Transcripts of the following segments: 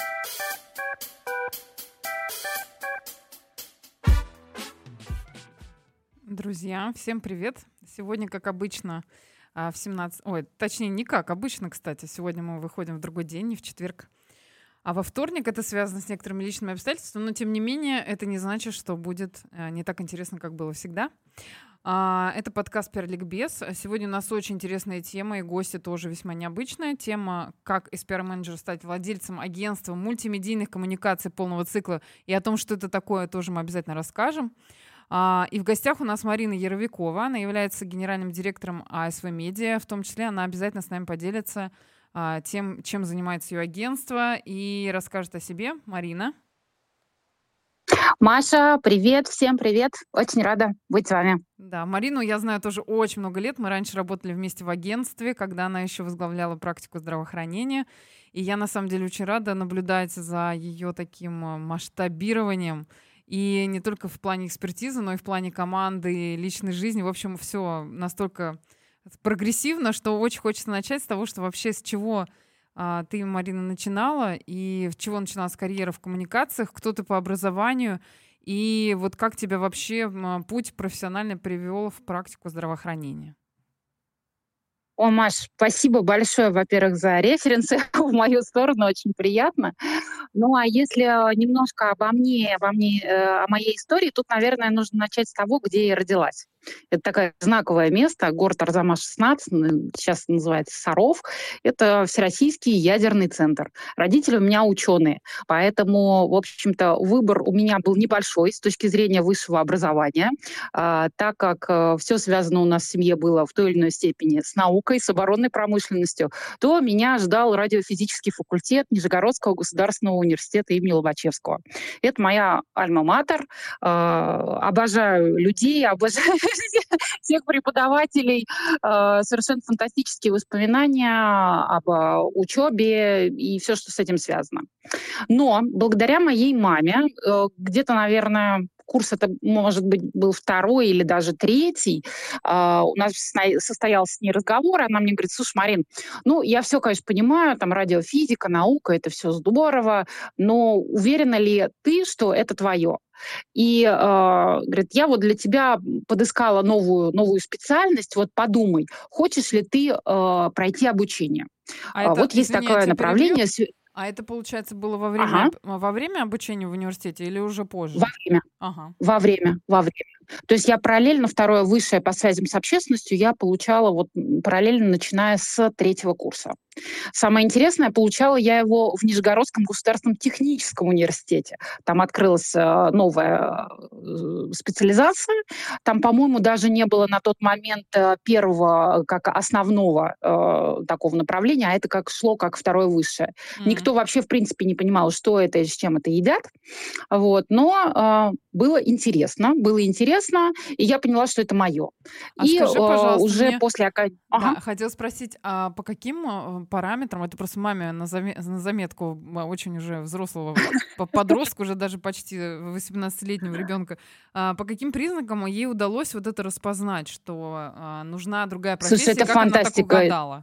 Друзья, всем привет! Сегодня, как обычно, в 17... Ой, точнее, не как обычно, кстати. Сегодня мы выходим в другой день, не в четверг, а во вторник. Это связано с некоторыми личными обстоятельствами, но, тем не менее, это не значит, что будет не так интересно, как было всегда. Это подкаст «PR-ликбез». Сегодня у нас очень интересная тема, и гости тоже весьма необычная. Тема, как из PR-менеджера стать владельцем агентства мультимедийных коммуникаций полного цикла. И о том, что это такое, тоже мы обязательно расскажем. И в гостях у нас Марина Яровикова. Она является генеральным директором АСВ Медиа. В том числе она обязательно с нами поделится тем, чем занимается ее агентство, и расскажет о себе. Марина. Маша, привет, всем привет. Очень рада быть с вами. Да, Марину я знаю тоже очень много лет. Мы раньше работали вместе в агентстве, когда она еще возглавляла практику здравоохранения. И я, на самом деле, очень рада наблюдать за ее таким масштабированием. И не только в плане экспертизы, но и в плане команды, личной жизни. В общем, все настолько прогрессивно, что очень хочется начать с того, что вообще с чего ты, Марина, начинала, и с чего начиналась карьера в коммуникациях, кто ты по образованию, и вот как тебя вообще путь профессионально привел в практику здравоохранения. О, Маш, спасибо большое, во-первых, за референсы в мою сторону, очень приятно. Ну, а если немножко о моей истории, тут, наверное, нужно начать с того, где я родилась. Это такое знаковое место, город Арзамас-16, сейчас называется Саров. Это Всероссийский ядерный центр. Родители у меня ученые, поэтому, в общем-то, выбор у меня был небольшой с точки зрения высшего образования, так как все связано у нас в семье было в той или иной степени с наукой, с оборонной промышленностью, то меня ждал радиофизический факультет Нижегородского государственного университета имени Лобачевского. Это моя альма-матер. Обожаю людей, обожаю всех преподавателей. Совершенно фантастические воспоминания об учебе и все, что с этим связано. Но благодаря моей маме, где-то, наверное, курс это, может быть, был второй или даже третий, у нас состоялся с ней разговор, она мне говорит: слушай, Марин, ну, я все, конечно, понимаю, там радиофизика, наука, это все здорово, но уверена ли ты, что это твое? И говорит: я вот для тебя подыскала новую специальность, вот подумай, хочешь ли ты пройти обучение. Это, Вот есть извини, я такое тебя перебью. направление. А это, получается, было во Ага, время обучения в университете или уже во позже? время. Ага. Во время. То есть я параллельно второе высшее по связям с общественностью я получала вот параллельно, начиная с третьего курса. Самое интересное, получала я его в Нижегородском государственном техническом университете. Там открылась новая специализация. Там, по-моему, даже не было на тот момент первого как основного такого направления, а это как шло как второе высшее. М. Никто вообще, в принципе, не понимал, что это и с чем это едят. Вот. Но было интересно, и я поняла, что это мое. А И скажи, пожалуйста, уже мне, после... Ага. да, хотела спросить, а по каким параметрам, это просто маме на заметку очень уже взрослого подростка, уже даже почти 18-летнего ребенка, по каким признакам ей удалось вот это распознать, что нужна другая Слушай, профессия, это и как она так фантастика. угадала?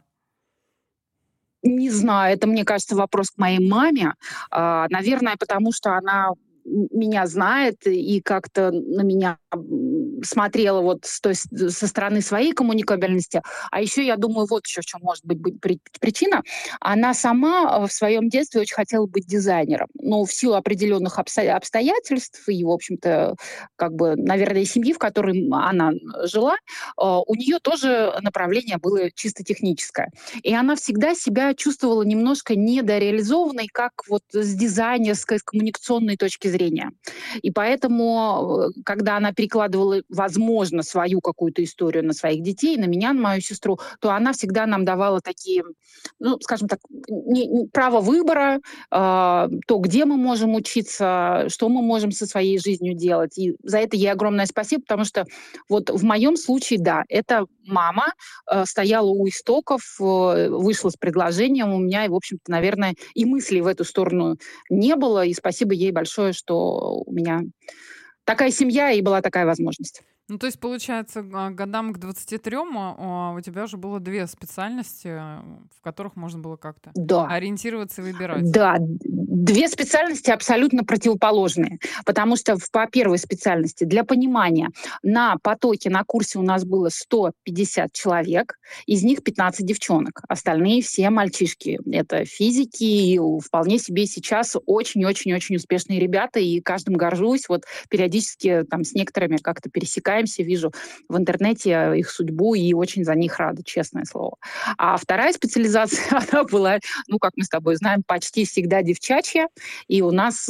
Не знаю, это, мне кажется, вопрос к моей маме. Наверное, потому что она меня знает и как-то на меня смотрела вот со стороны своей коммуникабельности. А еще я думаю, вот еще в чем может быть причина. Она сама в своем детстве очень хотела быть дизайнером. Но в силу определенных обстоятельств и, в общем-то, как бы, наверное, семьи, в которой она жила, у нее тоже направление было чисто техническое. И она всегда себя чувствовала немножко недореализованной, как вот с дизайнерской, с коммуникационной точки зрения. И поэтому, когда она перекладывала, возможно, свою какую-то историю на своих детей, на меня, на мою сестру, то она всегда нам давала такие, ну, скажем так, право выбора, то, где мы можем учиться, что мы можем со своей жизнью делать. И за это ей огромное спасибо, потому что вот в моем случае, да, это мама стояла у истоков, вышла с предложением у меня, и, в общем-то, наверное, и мыслей в эту сторону не было. И спасибо ей большое, что у меня такая семья и была такая возможность. Ну, то есть, получается, годам к 23 у тебя уже было две специальности, в которых можно было как-то Да. ориентироваться и выбирать. Да, две специальности абсолютно противоположные, потому что по первой специальности, для понимания, на потоке, на курсе у нас было 150 человек, из них 15 девчонок, остальные все мальчишки. Это физики, и вполне себе сейчас очень-очень-очень успешные ребята, и каждым горжусь. Вот периодически там с некоторыми как-то пересекаемся, вижу в интернете их судьбу и очень за них рада, честное слово. А вторая специализация, она была, ну, как мы с тобой знаем, почти всегда девчачья. И у нас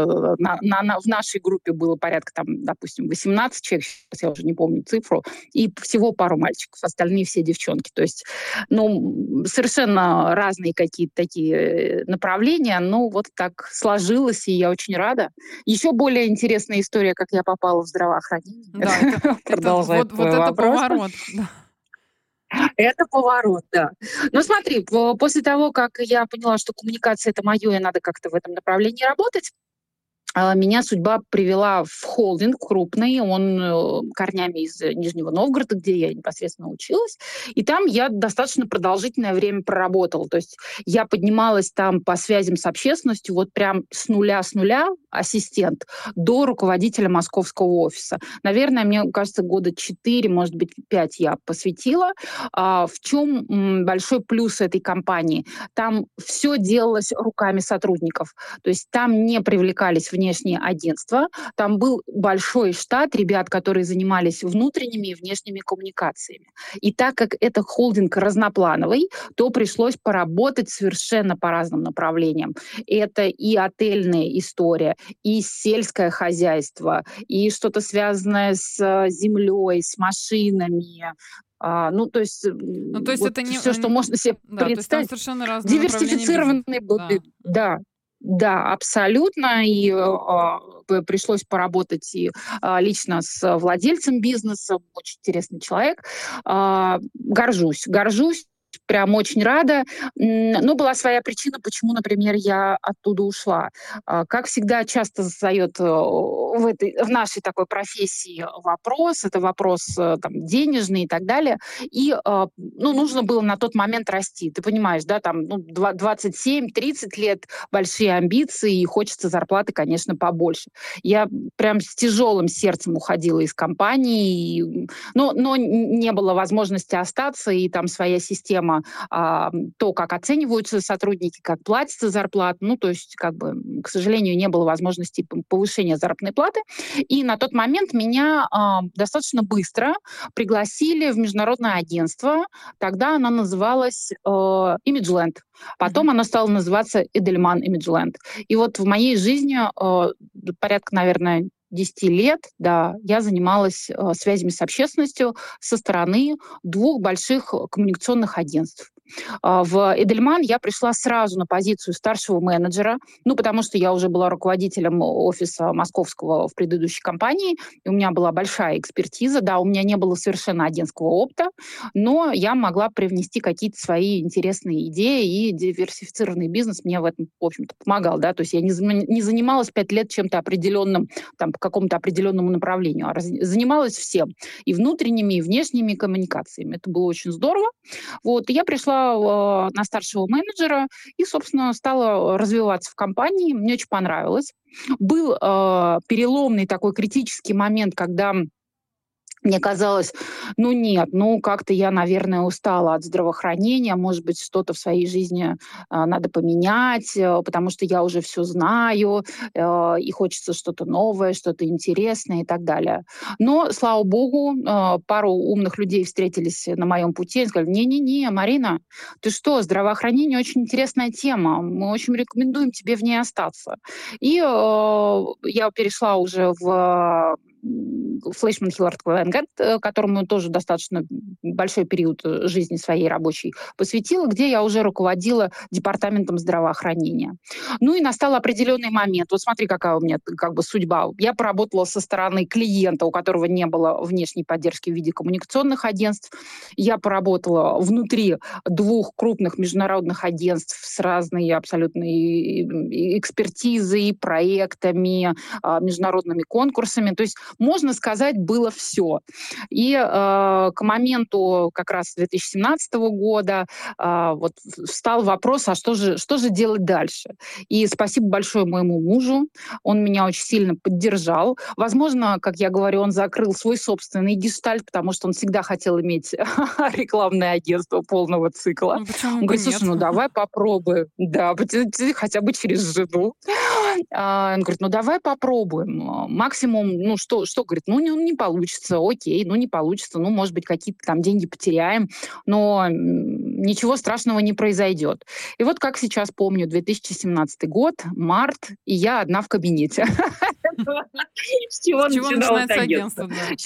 в нашей группе было порядка, там, допустим, 18 человек, сейчас я уже не помню цифру, и всего пару мальчиков, остальные все девчонки. То есть, ну, совершенно разные какие-то такие направления, но вот так сложилось, и я очень рада. Еще более интересная история, как я попала в здравоохранение. Да, это Продолжает вот твой это вопрос. поворот. Да. Это поворот, да. Ну смотри, после того, как я поняла, что коммуникация — это моё, и надо как-то в этом направлении работать, меня судьба привела в холдинг крупный, он корнями из Нижнего Новгорода, где я непосредственно училась. И там я достаточно продолжительное время проработала. То есть я поднималась там по связям с общественностью вот прям с нуля ассистент до руководителя московского офиса. Наверное, мне кажется, года 4, может быть, 5 я посвятила. В чем большой плюс этой компании? Там все делалось руками сотрудников. То есть там не привлекались внешние агентства, там был большой штат ребят, которые занимались внутренними и внешними коммуникациями. И так как это холдинг разноплановый, то пришлось поработать совершенно по разным направлениям. Это и отельная история, и сельское хозяйство, и что-то связанное с землей, с машинами. Ну, то есть Ну, то есть вот это не... все, что можно себе Да, то есть там представить. совершенно разные направления бизнеса. Диверсифицированный был Да. да, да, абсолютно. И пришлось поработать и лично с владельцем бизнеса, очень интересный человек. Горжусь, прям очень рада. Но была своя причина, почему, например, я оттуда ушла. Как всегда, часто задает в нашей такой профессии вопрос, это вопрос там, денежный и так далее. И ну, нужно было на тот момент расти. Ты понимаешь, да, там ну, 27-30 лет, большие амбиции, и хочется зарплаты, конечно, побольше. Я прям с тяжелым сердцем уходила из компании, но не было возможности остаться, и там своя система, то, как оцениваются сотрудники, как платится зарплата, ну, то есть, как бы, к сожалению, не было возможности повышения заработной платы. И на тот момент меня достаточно быстро пригласили в международное агентство. Тогда она называлась Imageland. Мгм. Потом она стала называться Edelman Imageland. И вот в моей жизни порядка, наверное, 10 лет, да, я занималась связями с общественностью со стороны двух больших коммуникационных агентств. В Эдельман я пришла сразу на позицию старшего менеджера, ну, потому что я уже была руководителем офиса московского в предыдущей компании, и у меня была большая экспертиза. Да, у меня не было совершенно агентского опыта, но я могла привнести какие-то свои интересные идеи, и диверсифицированный бизнес мне в этом, в общем-то, помогал. Да? То есть я не занималась 5 лет чем-то определенным, там, по какому-то определенному направлению, а занималась всем. И внутренними, и внешними коммуникациями. Это было очень здорово. Вот, и я пришла на старшего менеджера и, собственно, стала развиваться в компании. Мне очень понравилось. Был переломный такой критический момент, когда мне казалось, ну нет, ну как-то я, наверное, устала от здравоохранения, может быть, что-то в своей жизни надо поменять, потому что я уже все знаю, и хочется что-то новое, что-то интересное и так далее. Но, слава богу, пару умных людей встретились на моем пути и сказали, не-не-не, Марина, ты что, здравоохранение очень интересная тема, мы очень рекомендуем тебе в ней остаться. И я перешла уже в Флейшман Хиллард Квенгет, которому тоже достаточно большой период жизни своей рабочей посвятила, где я уже руководила департаментом здравоохранения. Ну и настал определенный момент. Вот смотри, какая у меня как бы судьба. Я поработала со стороны клиента, у которого не было внешней поддержки в виде коммуникационных агентств. Я поработала внутри двух крупных международных агентств с разной абсолютно экспертизой, проектами, международными конкурсами. То есть можно сказать, было все. И к моменту как раз 2017 года вот встал вопрос, а что же делать дальше? И спасибо большое моему мужу, он меня очень сильно поддержал. Возможно, как я говорю, он закрыл свой собственный гештальт, потому что он всегда хотел иметь рекламное агентство полного цикла. Ну, почему Он бы говорит, нет? слушай, ну давай попробуем. Да, хотя бы через жену. Он говорит, ну давай попробуем. Максимум, ну что, говорит, ну не получится, окей, ну не получится, ну может быть какие-то там деньги потеряем, но ничего страшного не произойдет. И вот как сейчас помню, 2017 год, март, и я одна в кабинете. С чего С чего начиналось начинается агентство. агентство, да.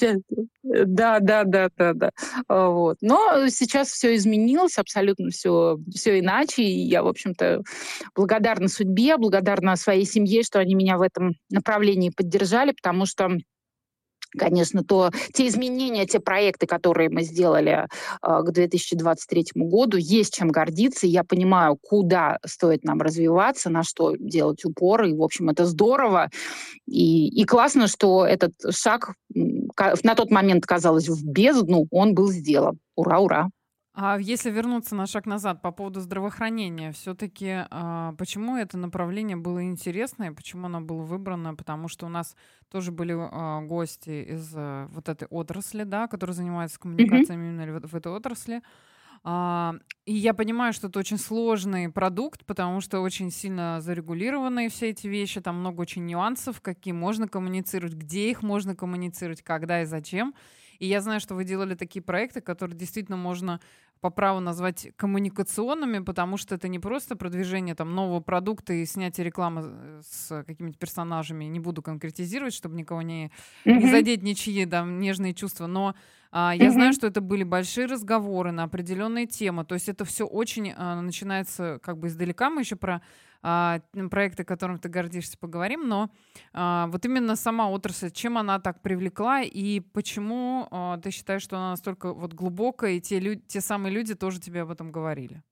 Да. Вот. Но сейчас все изменилось, абсолютно все иначе. И я, в общем-то, благодарна судьбе, благодарна своей семье, что они меня в этом направлении поддержали, потому что, конечно, те изменения, те проекты, которые мы сделали к 2023 году, есть чем гордиться. И я понимаю, куда стоит нам развиваться, на что делать упор. И, в общем, это здорово. И классно, что этот шаг на тот момент казалось в бездну, он был сделан. Ура, ура! А если вернуться на шаг назад по поводу здравоохранения, все-таки почему это направление было интересно и почему оно было выбрано? Потому что у нас тоже были гости из вот этой отрасли, да, которые занимаются Мгм. коммуникациями именно в этой отрасли. А, и я понимаю, что это очень сложный продукт, потому что очень сильно зарегулированы все эти вещи, там много очень нюансов, какие можно коммуницировать, где их можно коммуницировать, когда и зачем. И я знаю, что вы делали такие проекты, которые действительно можно по праву назвать коммуникационными, потому что это не просто продвижение там нового продукта и снятие рекламы с какими-то персонажами. Не буду конкретизировать, чтобы никого не Мгм. задеть ничьи там нежные чувства, но я знаю, Мгм. что это были большие разговоры на определенные темы. То есть это все очень начинается как бы издалека. Мы еще про проекты, которым ты гордишься, поговорим. Но вот именно сама отрасль, чем она так привлекла и почему ты считаешь, что она настолько вот глубокая, и те самые люди тоже тебе об этом говорили?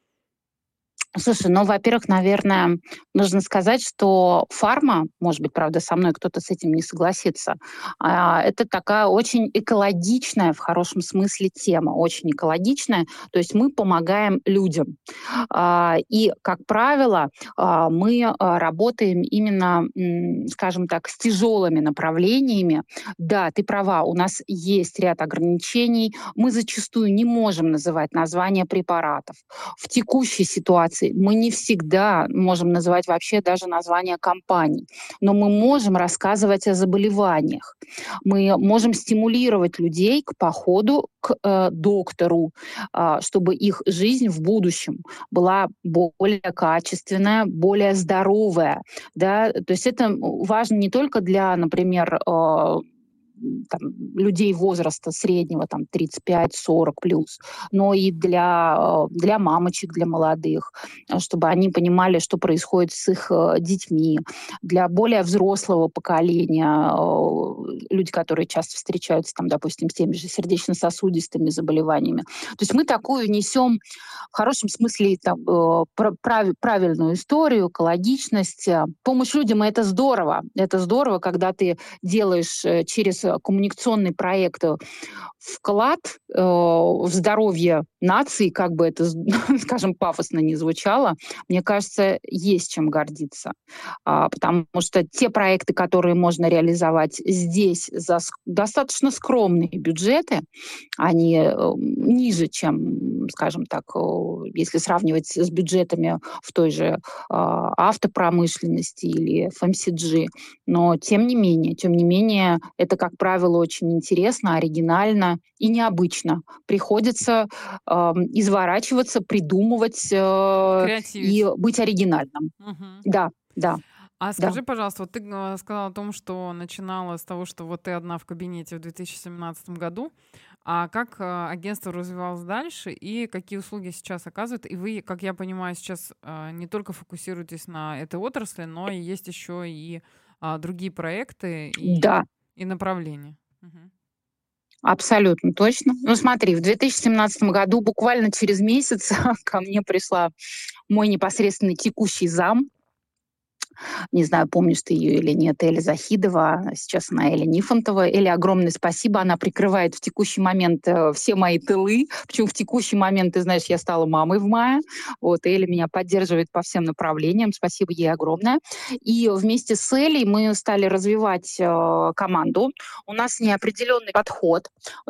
Слушай, ну, во-первых, наверное, нужно сказать, что фарма, может быть, правда, со мной кто-то с этим не согласится, это такая очень экологичная, в хорошем смысле, тема, очень экологичная. То есть мы помогаем людям. И, как правило, мы работаем именно, скажем так, с тяжелыми направлениями. Да, ты права, у нас есть ряд ограничений. Мы зачастую не можем называть названия препаратов. В текущей ситуации мы не всегда можем называть вообще даже названия компаний, но мы можем рассказывать о заболеваниях. Мы можем стимулировать людей к походу к доктору, чтобы их жизнь в будущем была более качественная, более здоровая. Да? То есть это важно не только для, например, там, людей возраста среднего, там, 35-40 плюс, но и для мамочек, для молодых, чтобы они понимали, что происходит с их детьми, для более взрослого поколения, люди, которые часто встречаются, там, допустим, с теми же сердечно-сосудистыми заболеваниями. То есть мы такую несем в хорошем смысле там, правильную историю, экологичность, помощь людям, и это здорово. Это здорово, когда ты делаешь через коммуникационный проект вклад в здоровье нации, как бы это, скажем, пафосно не звучало, мне кажется, есть чем гордиться. Потому что те проекты, которые можно реализовать здесь за достаточно скромные бюджеты, они ниже, чем, скажем так, если сравнивать с бюджетами в той же автопромышленности или FMCG. Но тем не менее, это, как правило, очень интересно, оригинально и необычно. Приходится изворачиваться, придумывать и Креативить. быть оригинальным. Мгм. Да, да, А да. скажи, пожалуйста, вот ты сказала о том, что начинала с того, что вот ты одна в кабинете в 2017 году. А как агентство развивалось дальше и какие услуги сейчас оказывает? И вы, как я понимаю, сейчас не только фокусируетесь на этой отрасли, но и есть еще и другие проекты Да, и направления. Мгм. абсолютно точно. Ну, смотри, в 2017 году, буквально через месяц, ко мне пришла мой непосредственный текущий зам, Не знаю, помнишь ты ее или нет, Эля Захидова. Сейчас она Эля Нифонтова. Эля, огромное спасибо. Она прикрывает в текущий момент все мои тылы. Причем в текущий момент, ты знаешь, я стала мамой в мае. Вот, Эля меня поддерживает по всем направлениям. Спасибо ей огромное. И вместе с Элей мы стали развивать команду. У нас неопределенный подход.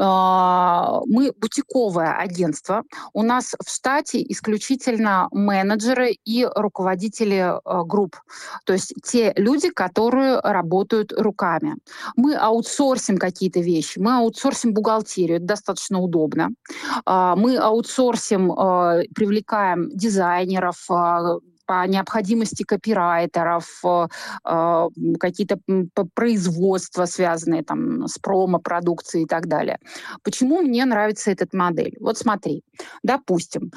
Мы бутиковое агентство. У нас в штате исключительно менеджеры и руководители групп. То есть те люди, которые работают руками. Мы аутсорсим какие-то вещи. Мы аутсорсим бухгалтерию. Это достаточно удобно. Мы аутсорсим, привлекаем дизайнеров, по необходимости копирайтеров, какие-то производства, связанные там с промо-продукцией и так далее. Почему мне нравится эта модель? Вот смотри, допустим,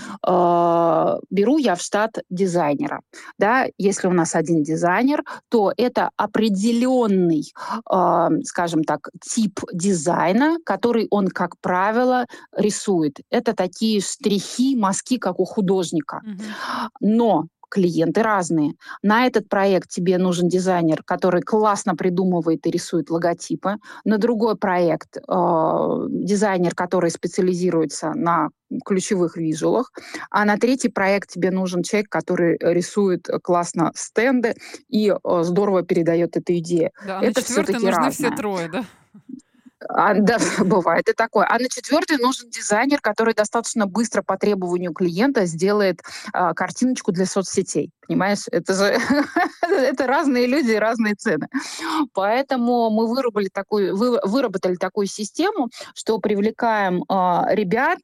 беру я в штат дизайнера. Да, если у нас один дизайнер, то это определенный, скажем так, тип дизайна, который он, как правило, рисует. Это такие штрихи, мазки, как у художника. Мгм. Но клиенты разные. На этот проект тебе нужен дизайнер, который классно придумывает и рисует логотипы. На другой проект дизайнер, который специализируется на ключевых визуалах. А на третий проект тебе нужен человек, который рисует классно стенды и здорово передает эту идею. Да, на Это четвертый все-таки нужны все разное. трое, да? Да, бывает и такое. А на четвертый нужен дизайнер, который достаточно быстро по требованию клиента сделает картиночку для соцсетей. Понимаешь, это же это разные люди и разные цены. Поэтому мы выработали такую систему, что привлекаем ребят,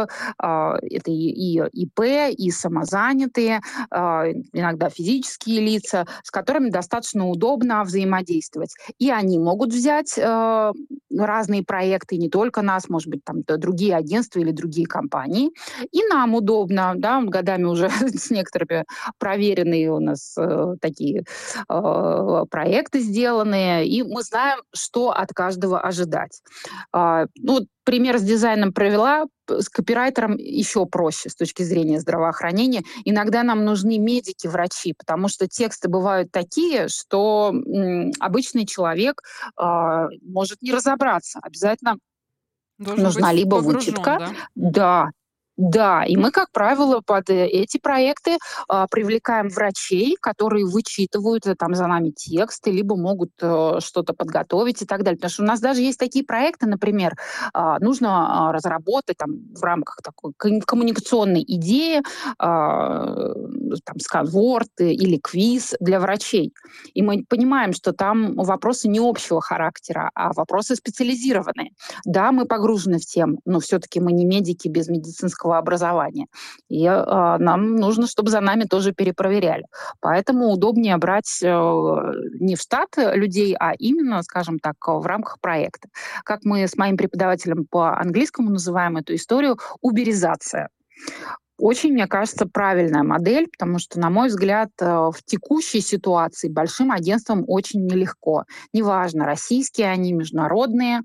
это и ИП, и самозанятые, иногда физические лица, с которыми достаточно удобно взаимодействовать. И они могут взять разные проекты, не только нас, может быть, там другие агентства или другие компании. И нам удобно, да, годами уже с некоторыми проверенные у нас такие проекты сделанные, и мы знаем, что от каждого ожидать. Ну, пример с дизайном провела, с копирайтером еще проще с точки зрения здравоохранения. Иногда нам нужны медики, врачи, потому что тексты бывают такие, что обычный человек может не разобраться. Обязательно Должен нужна быть либо погружен, вычетка, да? Мгм. да, да, и мы, как правило, под эти проекты привлекаем врачей, которые вычитывают там за нами тексты, либо могут что-то подготовить и так далее. Потому что у нас даже есть такие проекты, например, нужно разработать там в рамках такой коммуникационной идеи там сканворд или квиз для врачей. И мы понимаем, что там вопросы не общего характера, а вопросы специализированные. Да, мы погружены в тему, но все-таки мы не медики без медицинского образования. И нам нужно, чтобы за нами тоже перепроверяли. Поэтому удобнее брать не в штат людей, а именно, скажем так, в рамках проекта. Как мы с моим преподавателем по английскому называем эту историю «уберизация». Очень, мне кажется, правильная модель, потому что, на мой взгляд, в текущей ситуации большим агентствам очень нелегко. Неважно, российские они, международные.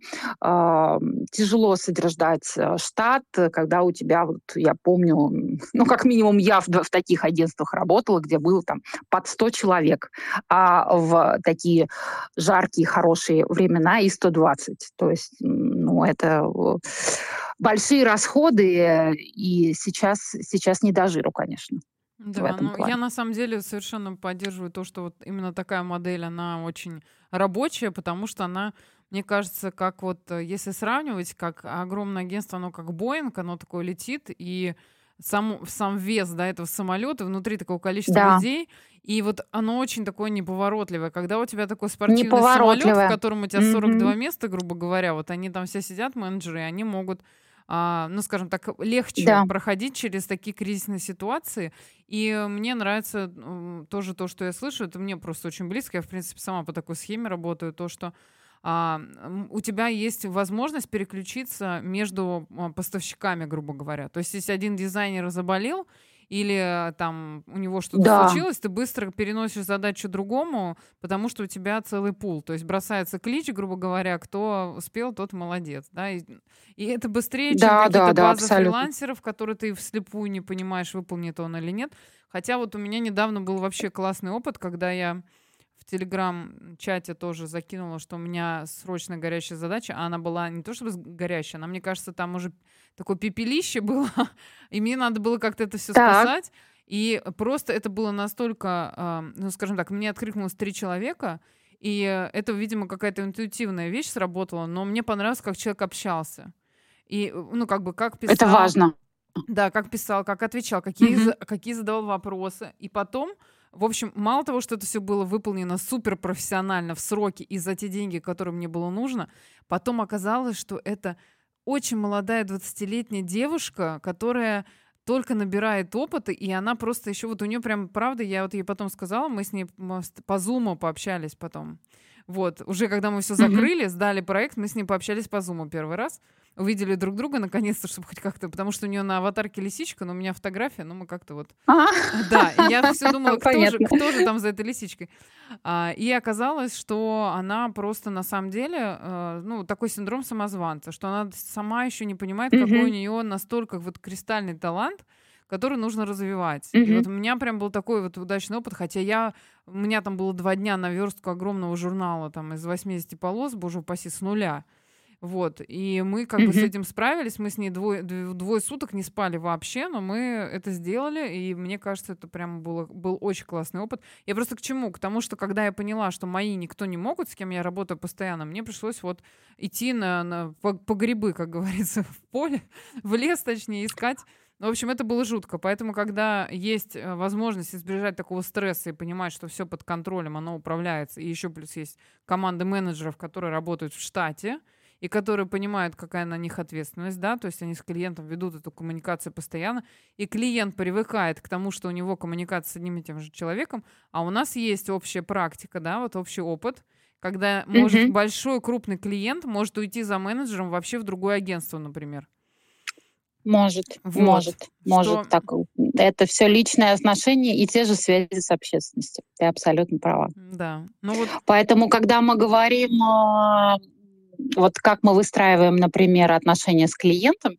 Тяжело содержать штат, когда у тебя, вот я помню, ну, как минимум я в таких агентствах работала, где было там под 100 человек, а в такие жаркие, хорошие времена и 120. То есть, ну, это большие расходы, и сейчас не до жиру, конечно, в Да, этом ну я плане. на самом деле совершенно поддерживаю то, что вот именно такая модель, она очень рабочая, потому что она, мне кажется, как вот если сравнивать, как огромное агентство, оно как Боинг, оно такое летит, и сам вес, да, этого самолета внутри такого количества Да, людей, и вот оно очень такое неповоротливое. Когда у тебя такой спортивный самолет, в неповоротливая. котором у тебя 42 Мгм. места, грубо говоря, вот они там все сидят, менеджеры, и они могут ну, скажем так, легче Да, проходить через такие кризисные ситуации. И мне нравится тоже то, что я слышу, это мне просто очень близко. Я, в принципе, сама по такой схеме работаю. То, что у тебя есть возможность переключиться между поставщиками, грубо говоря. То есть, если один дизайнер заболел, или там у него что-то да, случилось, ты быстро переносишь задачу другому, потому что у тебя целый пул. То есть бросается клич, грубо говоря, кто успел, тот молодец. Да? И это быстрее, чем да, да, какие-то да, базы абсолютно. фрилансеров, которые ты вслепую не понимаешь, выполнит он или нет. Хотя вот у меня недавно был вообще классный опыт, когда я Телеграм-чате тоже закинула, что у меня срочно горящая задача, а она была не то чтобы горящая, она, мне кажется, там уже такое пепелище было, и мне надо было как-то это все Так. спасать. И просто это было настолько, ну, скажем так, мне откликнулось 3 человека, и это, видимо, какая-то интуитивная вещь сработала, но мне понравилось, как человек общался. И, ну, как бы, как Это писал, важно. да, как писал, как отвечал, Мгм. какие задавал вопросы. И потом, в общем, мало того, что это все было выполнено супер профессионально в сроки и за те деньги, которые мне было нужно, потом оказалось, что это очень молодая 20-летняя девушка, которая только набирает опыта, и она просто еще, вот у нее прям, правда, я вот ей потом сказала, мы с ней по зуму пообщались потом. Вот, уже когда мы все Мгм. закрыли, сдали проект, мы с ней пообщались по зуму первый раз. Увидели друг друга наконец-то, чтобы хоть как-то, потому что у нее на аватарке лисичка, но у меня фотография, но мы как-то вот. А, Да, и я все думала, понятно. кто же там за этой лисичкой. И оказалось, что она просто на самом деле, ну, такой синдром самозванца, что она сама еще не понимает, какой у Мгм. нее настолько вот кристальный талант, который нужно развивать. И Мгм. вот у меня прям был такой вот удачный опыт, хотя у меня там было 2 дня на верстку огромного журнала там из 80 полос, боже упаси, с нуля. Вот, и мы как бы с Мгм. этим справились, мы с ней двое суток не спали вообще, но мы это сделали, и мне кажется, это прям был очень классный опыт. Я просто к чему? К тому, что когда я поняла, что мои никто не могут, с кем я работаю постоянно, мне пришлось вот идти по грибы, как говорится, в поле, в лес, точнее, искать. В общем, это было жутко. Поэтому, когда есть возможность избежать такого стресса и понимать, что все под контролем, оно управляется, и еще плюс есть команда менеджеров, которые работают в штате, и которые понимают, какая на них ответственность, да, то есть они с клиентом ведут эту коммуникацию постоянно, и клиент привыкает к тому, что у него коммуникация с одним и тем же человеком, а у нас есть общая практика, да, вот общий опыт, когда может Мгм. большой крупный клиент может уйти за менеджером вообще в другое агентство, например. Может, Вот, может что, так. Это все личные отношения и те же связи с общественностью. Ты абсолютно права. да, ну вот, Поэтому, когда мы говорим, вот как мы выстраиваем, например, отношения с клиентом,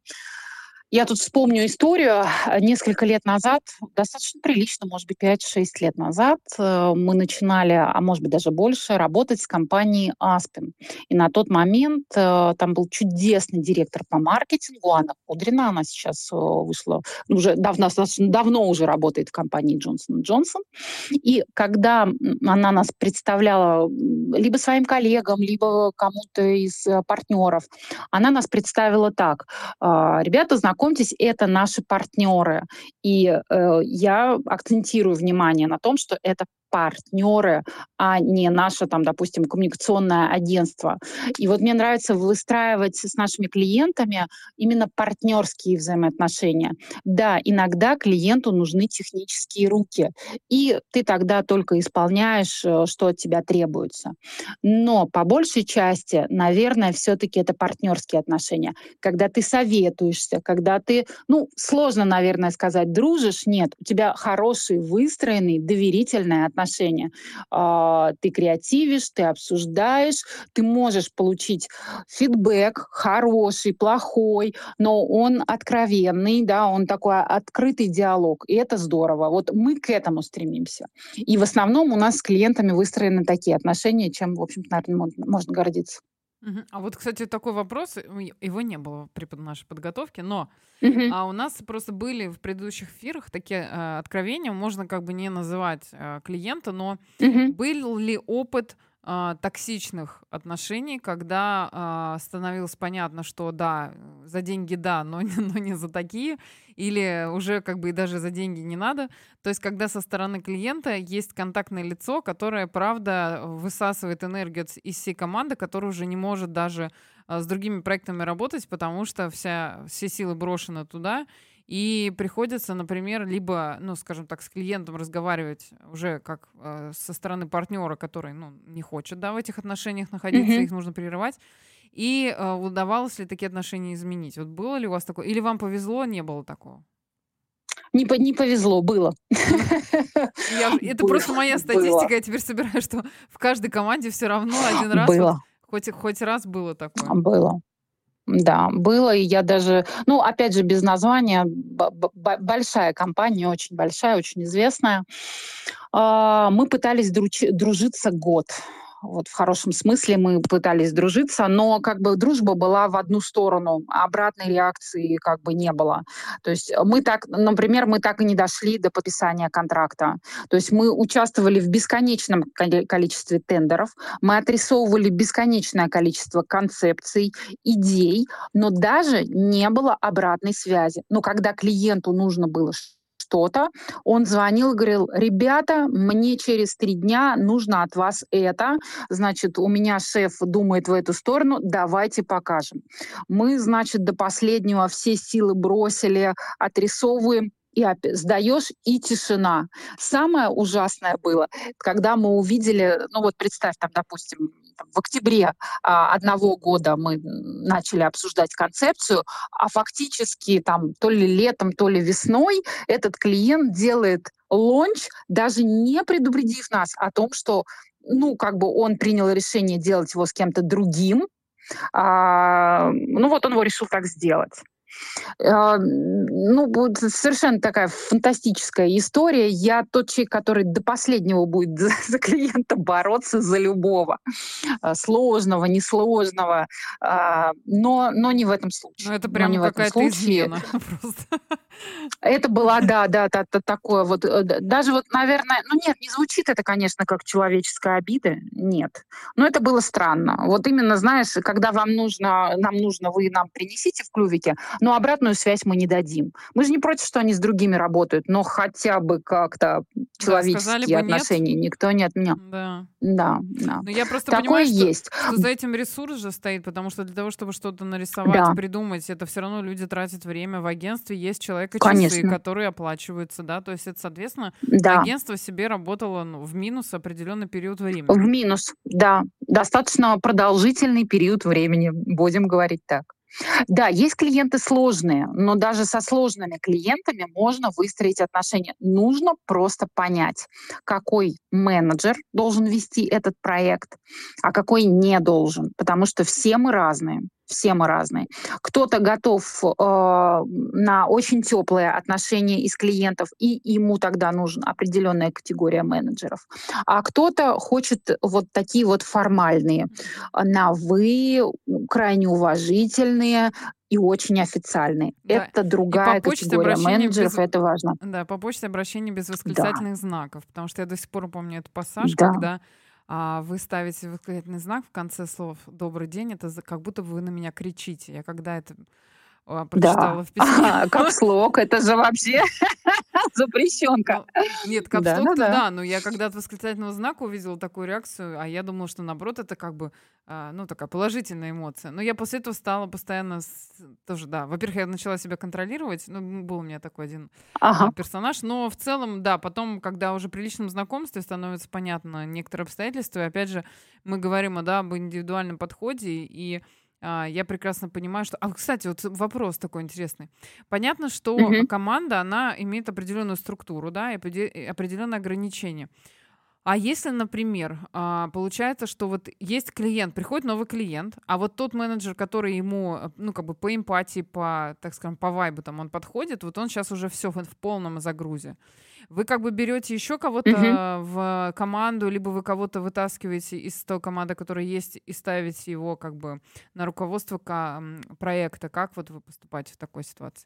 я тут вспомню историю. Несколько лет назад, достаточно прилично, может быть, 5-6 лет назад, мы начинали, а может быть, даже больше, работать с компанией Aspen. И на тот момент там был чудесный директор по маркетингу Анна Кудрина. Она сейчас вышла, уже давно, достаточно давно уже работает в компании Johnson Johnson. И когда она нас представляла либо своим коллегам, либо кому-то из партнеров, она нас представила так: ребята, знакомьтесь, это наши партнеры. И я акцентирую внимание на том, что это партнеры, а не наше, там, допустим, коммуникационное агентство. И вот мне нравится выстраивать с нашими клиентами именно партнерские взаимоотношения. Да, иногда клиенту нужны технические руки, и ты тогда только исполняешь, что от тебя требуется. Но по большей части, наверное, все-таки это партнерские отношения, когда ты советуешься, когда ты, ну, сложно, наверное, сказать, дружишь, нет, у тебя хорошие, выстроенные, доверительные отношения. Ты креативишь, ты обсуждаешь, ты можешь получить фидбэк хороший, плохой, но он откровенный, да, он такой открытый диалог, и это здорово. Вот мы к этому стремимся. И в основном у нас с клиентами выстроены такие отношения, чем, в общем-то, наверное, можно гордиться. мгм. А вот, кстати, такой вопрос, его не было при нашей подготовке, но Мгм. у нас просто были в предыдущих эфирах такие откровения, можно как бы не называть клиента, но Мгм. был ли опыт токсичных отношений, когда становилось понятно, что да, за деньги да, но, но не за такие, или уже как бы и даже за деньги не надо. То есть когда со стороны клиента есть контактное лицо, которое, правда, высасывает энергию из всей команды, которая уже не может даже с другими проектами работать, потому что все силы брошены туда, и приходится, например, либо, ну, скажем так, с клиентом разговаривать уже как со стороны партнера, который, ну, не хочет, да, в этих отношениях находиться, Мгм. их нужно прерывать. И удавалось ли такие отношения изменить? Вот было ли у вас такое? Или вам повезло, не было такого? Не повезло, было. Это просто моя Было, статистика, я теперь собираю, что в каждой команде все равно один раз, вот было, хоть раз было такое. было. Да, было, и я даже, ну, опять же, без названия, большая компания, очень большая, очень известная. Мы пытались дружиться год. Вот в хорошем смысле мы пытались дружиться, но как бы дружба была в одну сторону, а обратной реакции как бы не было. То есть мы так, например, мы так и не дошли до подписания контракта. То есть мы участвовали в бесконечном количестве тендеров, мы отрисовывали бесконечное количество концепций, идей, но даже не было обратной связи. Но когда клиенту нужно было что-то, он звонил и говорил: ребята, мне через 3 дня нужно от вас это, значит, у меня шеф думает в эту сторону, давайте покажем. Мы, значит, до последнего все силы бросили, отрисовываем, и сдаешь, и тишина. Самое ужасное было, когда мы увидели, ну вот представь, там, допустим, в октябре одного года мы начали обсуждать концепцию, а фактически там то ли летом, то ли весной этот клиент делает лонч, даже не предупредив нас о том, что, ну, как бы он принял решение делать его с кем-то другим. Ну, вот он его решил так сделать. Ну, вот совершенно такая фантастическая история. Я тот человек, который до последнего будет за клиента бороться, за любого. Сложного, несложного. Но не в этом Ну, случае. это Но не прям в этом какая-то случае. измена просто. Это была, да, такое вот, даже вот, наверное, ну нет, не звучит это, конечно, как человеческая обида, нет. Но это было странно. Вот именно, знаешь, когда нам нужно, вы нам принесите в клювике, но обратную связь мы не дадим. Мы же не против, что они с другими работают, но хотя бы как-то Да, сказали человеческие бы нет. отношения никто не отменял. Да. Да, да. Но я просто Такое понимаю, что, есть. что за этим ресурс же стоит, потому что для того, чтобы что-то нарисовать, Да, придумать, это все равно люди тратят время. В агентстве есть человека часы, конечно. которые оплачиваются, да, то есть это, соответственно, Да. агентство себе работало ну, в минус определенный период В времени. минус, да. Достаточно продолжительный период времени, будем говорить так. Да, есть клиенты сложные, но даже со сложными клиентами можно выстроить отношения. Нужно просто понять, какой менеджер должен вести этот проект, а какой не должен, потому что все мы разные. Все мы разные. Кто-то готов на очень теплые отношения из клиентов, и ему тогда нужна определенная категория менеджеров. А кто-то хочет вот такие вот формальные, на «вы», крайне уважительные и очень официальные. Да. Это И по другая почте категория обращение менеджеров, без... и это важно. Да, по почте обращение без Да, восклицательных знаков, потому что я до сих пор помню этот пассаж, да. когда вы ставите восклицательный знак в конце слов «добрый день», это как будто бы вы на меня кричите. Я когда это Да. прочитала в письме. Капслок — это же вообще запрещенка. Ну, нет, капслок-то Да-да-да. да, но я когда от восклицательного знака увидела такую реакцию, а я думала, что наоборот это как бы, ну, такая положительная эмоция. Но я после этого стала постоянно тоже, да, во-первых, я начала себя контролировать, ну, был у меня такой один Ага. персонаж, но в целом, да, потом, когда уже при личном знакомстве становится понятно некоторые обстоятельства, и опять же, мы говорим, да, об индивидуальном подходе, и я прекрасно понимаю, что... А, кстати, вот вопрос такой интересный. Понятно, что Мгм. команда, она имеет определенную структуру, да, и и определенные ограничения. А если, например, получается, что вот есть клиент, приходит новый клиент, а вот тот менеджер, который ему, ну, как бы по эмпатии, по, так скажем, по вайбу там он подходит, вот он сейчас уже все в полном загрузе. Вы как бы берете еще Мгм. кого-то в команду, либо вы кого-то вытаскиваете из той команды, которая есть, и ставите его как бы на руководство проекта. Как вот вы поступаете в такой ситуации?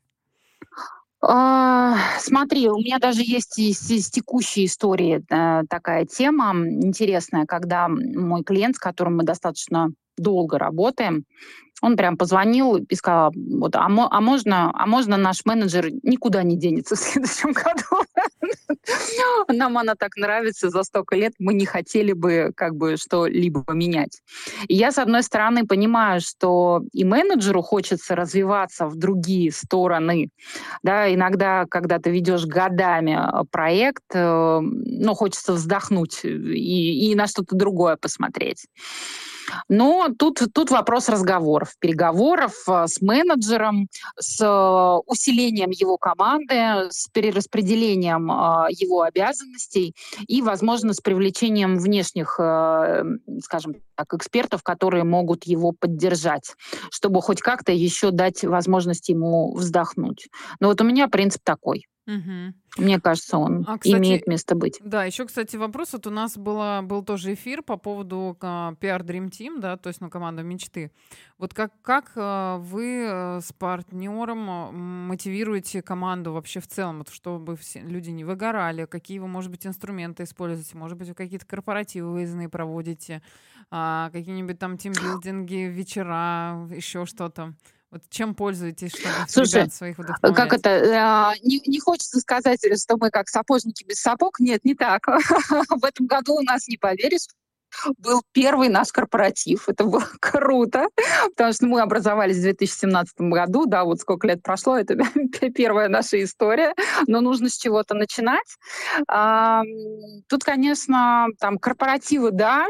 Смотри, у меня даже есть из текущей истории, такая тема, интересная, когда мой клиент, с которым мы достаточно долго работаем, он прям позвонил и сказал: вот, можно наш менеджер никуда не денется в следующем году? Нам она так нравится за столько лет, мы не хотели бы как бы что-либо поменять. И я, с одной стороны, понимаю, что и менеджеру хочется развиваться в другие стороны. Да, иногда, когда ты ведешь годами проект, ну, хочется вздохнуть и на что-то другое посмотреть. Но тут вопрос разговоров, переговоров с менеджером, с усилением его команды, с перераспределением его обязанностей и, возможно, с привлечением внешних, скажем так, экспертов, которые могут его поддержать, чтобы хоть как-то еще дать возможность ему вздохнуть. Но вот у меня принцип такой. Мгм. Мне кажется, он Кстати, имеет место быть. да, еще, кстати, вопрос. Вот у нас был тоже эфир по поводу PR Dream Team, да, то есть, ну, команда мечты. Вот как вы с партнером мотивируете команду вообще в целом, вот, чтобы все люди не выгорали, какие вы, может быть, инструменты используете, может быть, вы какие-то корпоративы выездные проводите, какие-нибудь там тимбилдинги, вечера, еще что-то. Вот чем пользуетесь, чтобы Слушай, ребят своих как вдохновлять? это, не хочется сказать, что мы как сапожники без сапог. Нет, не так. В этом году у нас, не поверишь, был первый наш корпоратив. Это было круто, потому что мы образовались в 2017 году. Да, вот сколько лет прошло, это первая наша история. Но нужно с чего-то начинать. Тут, конечно, там корпоративы, да,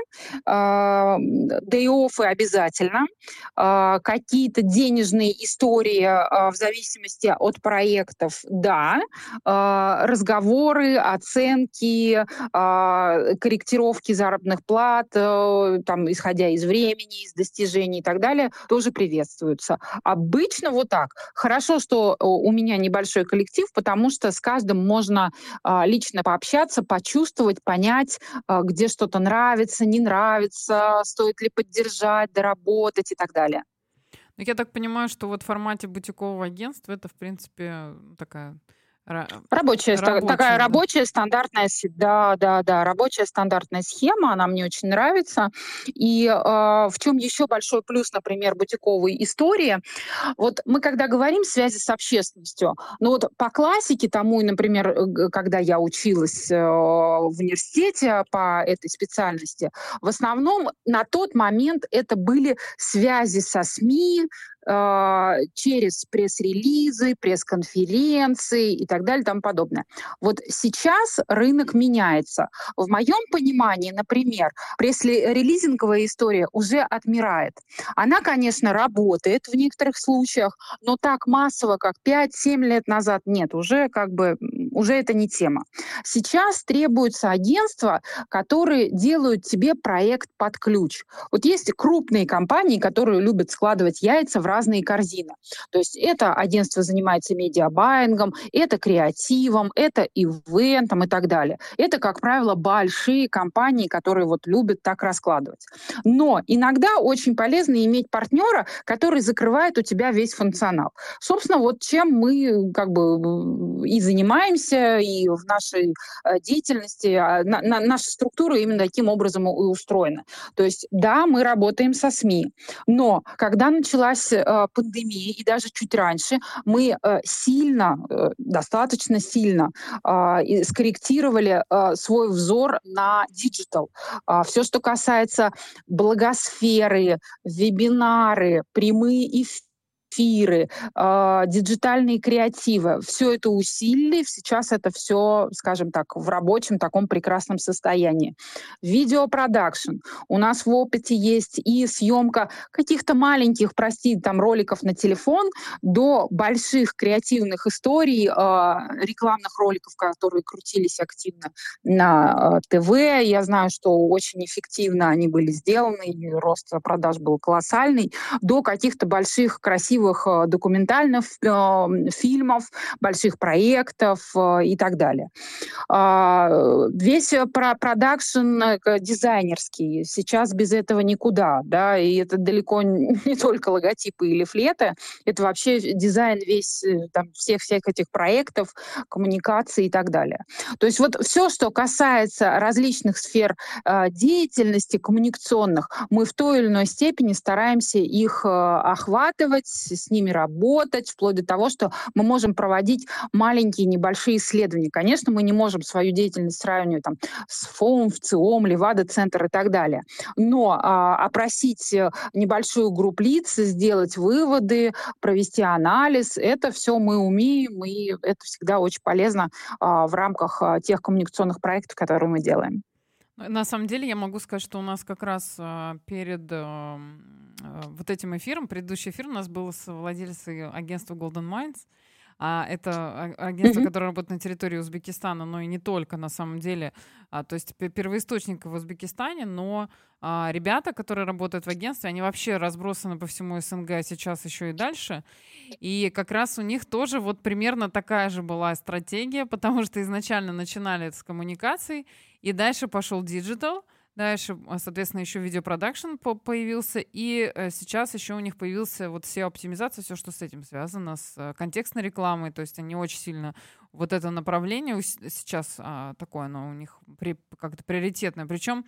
day-оффы обязательно. Какие-то денежные истории в зависимости от проектов, да. Разговоры, оценки, корректировки заработных плат, там, исходя из времени, из достижений и так далее, тоже приветствуются. Обычно вот так. Хорошо, что у меня небольшой коллектив, потому что с каждым можно лично пообщаться, почувствовать, понять, где что-то нравится, не нравится, стоит ли поддержать, доработать и так далее. Ну, я так понимаю, что вот в формате бутикового агентства это, в принципе, такая ра- Такая рабочая, да. рабочая стандартная, да, рабочая стандартная схема, она мне очень нравится. И в чем еще большой плюс, например, бутиковой истории, вот мы когда говорим связи с общественностью, ну вот по классике тому, и, например, когда я училась в университете по этой специальности, в основном на тот момент это были связи со СМИ, через пресс-релизы, пресс-конференции и так далее и тому подобное. Вот сейчас рынок меняется. В моем понимании, например, пресс-релизинговая история уже отмирает. Она, конечно, работает в некоторых случаях, но так массово, как 5-7 лет назад, нет, уже как бы уже это не тема. Сейчас требуются агентства, которые делают тебе проект под ключ. Вот есть крупные компании, которые любят складывать яйца в разные корзины. То есть это агентство занимается медиабайингом, это креативом, это ивентом и так далее. Это, как правило, большие компании, которые вот любят так раскладывать. Но иногда очень полезно иметь партнера, который закрывает у тебя весь функционал. Собственно, вот чем мы как бы и занимаемся, и в нашей деятельности, наша структура именно таким образом и устроена. То есть, да, мы работаем со СМИ, но когда началась пандемия, и даже чуть раньше, мы достаточно сильно скорректировали свой взор на диджитал. Все, что касается блогосферы, вебинары, прямые эфиры, диджитальные креативы. Все это усилили. Сейчас это все, скажем так, в рабочем таком прекрасном состоянии. Видеопродакшн. У нас в опыте есть и съемка каких-то маленьких, прости, там роликов на телефон до больших креативных историй, рекламных роликов, которые крутились активно на ТВ. Я знаю, что очень эффективно они были сделаны, и рост продаж был колоссальный, до каких-то больших, красивых документальных фильмов, больших проектов и так далее. Весь продакшн дизайнерский. Сейчас без этого никуда, да, и это далеко не только логотипы и лифлеты, это вообще дизайн весь там всех этих проектов, коммуникаций и так далее. То есть вот все, что касается различных сфер деятельности коммуникационных, мы в той или иной степени стараемся их охватывать, с ними работать, вплоть до того, что мы можем проводить маленькие небольшие исследования. Конечно, мы не можем свою деятельность сравнивать там, с ФОМ, ВЦИОМ, Левада-центр и так далее. Но опросить небольшую группу лиц, сделать выводы, провести анализ, это все мы умеем, и это всегда очень полезно в рамках тех коммуникационных проектов, которые мы делаем. На самом деле я могу сказать, что у нас как раз перед вот этим эфиром, предыдущий эфир у нас был с владельцей агентства Golden Minds. Это агентство, Мгм. которое работает на территории Узбекистана, но и не только на самом деле. То есть первоисточник в Узбекистане, но ребята, которые работают в агентстве, они вообще разбросаны по всему СНГ, а сейчас еще и дальше. И как раз у них тоже вот примерно такая же была стратегия, потому что изначально начинали это с коммуникаций, и дальше пошел диджитал, дальше, соответственно, еще видеопродакшн появился, и сейчас еще у них появился вот SEO-оптимизация, все, что с этим связано, с контекстной рекламой, то есть они очень сильно вот это направление сейчас такое, оно у них как-то приоритетное. Причем,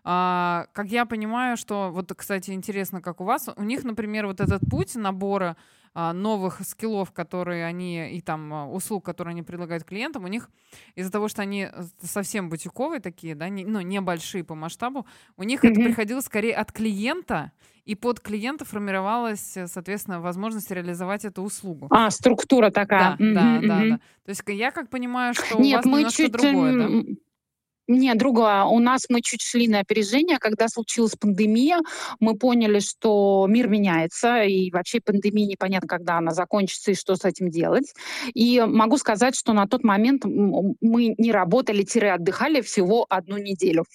как я понимаю, что вот, кстати, интересно, как у вас, у них, например, вот этот путь набора новых скиллов, которые они, и там услуг, которые они предлагают клиентам, у них из-за того, что они совсем бутиковые такие, да, ну, небольшие по масштабу, у них это Мгм. приходило скорее от клиента, и под клиента формировалась, соответственно, возможность реализовать эту услугу. Структура такая. Да, Мгм, да, да, мгм. да. То есть я как понимаю, что у Нет, вас мы немножко чуть, другое, да? не, другое. У нас мы чуть шли на опережение. Когда случилась пандемия, мы поняли, что мир меняется, и вообще пандемия непонятно, когда она закончится и что с этим делать. И могу сказать, что на тот момент мы не работали-отдыхали всего 1 неделю.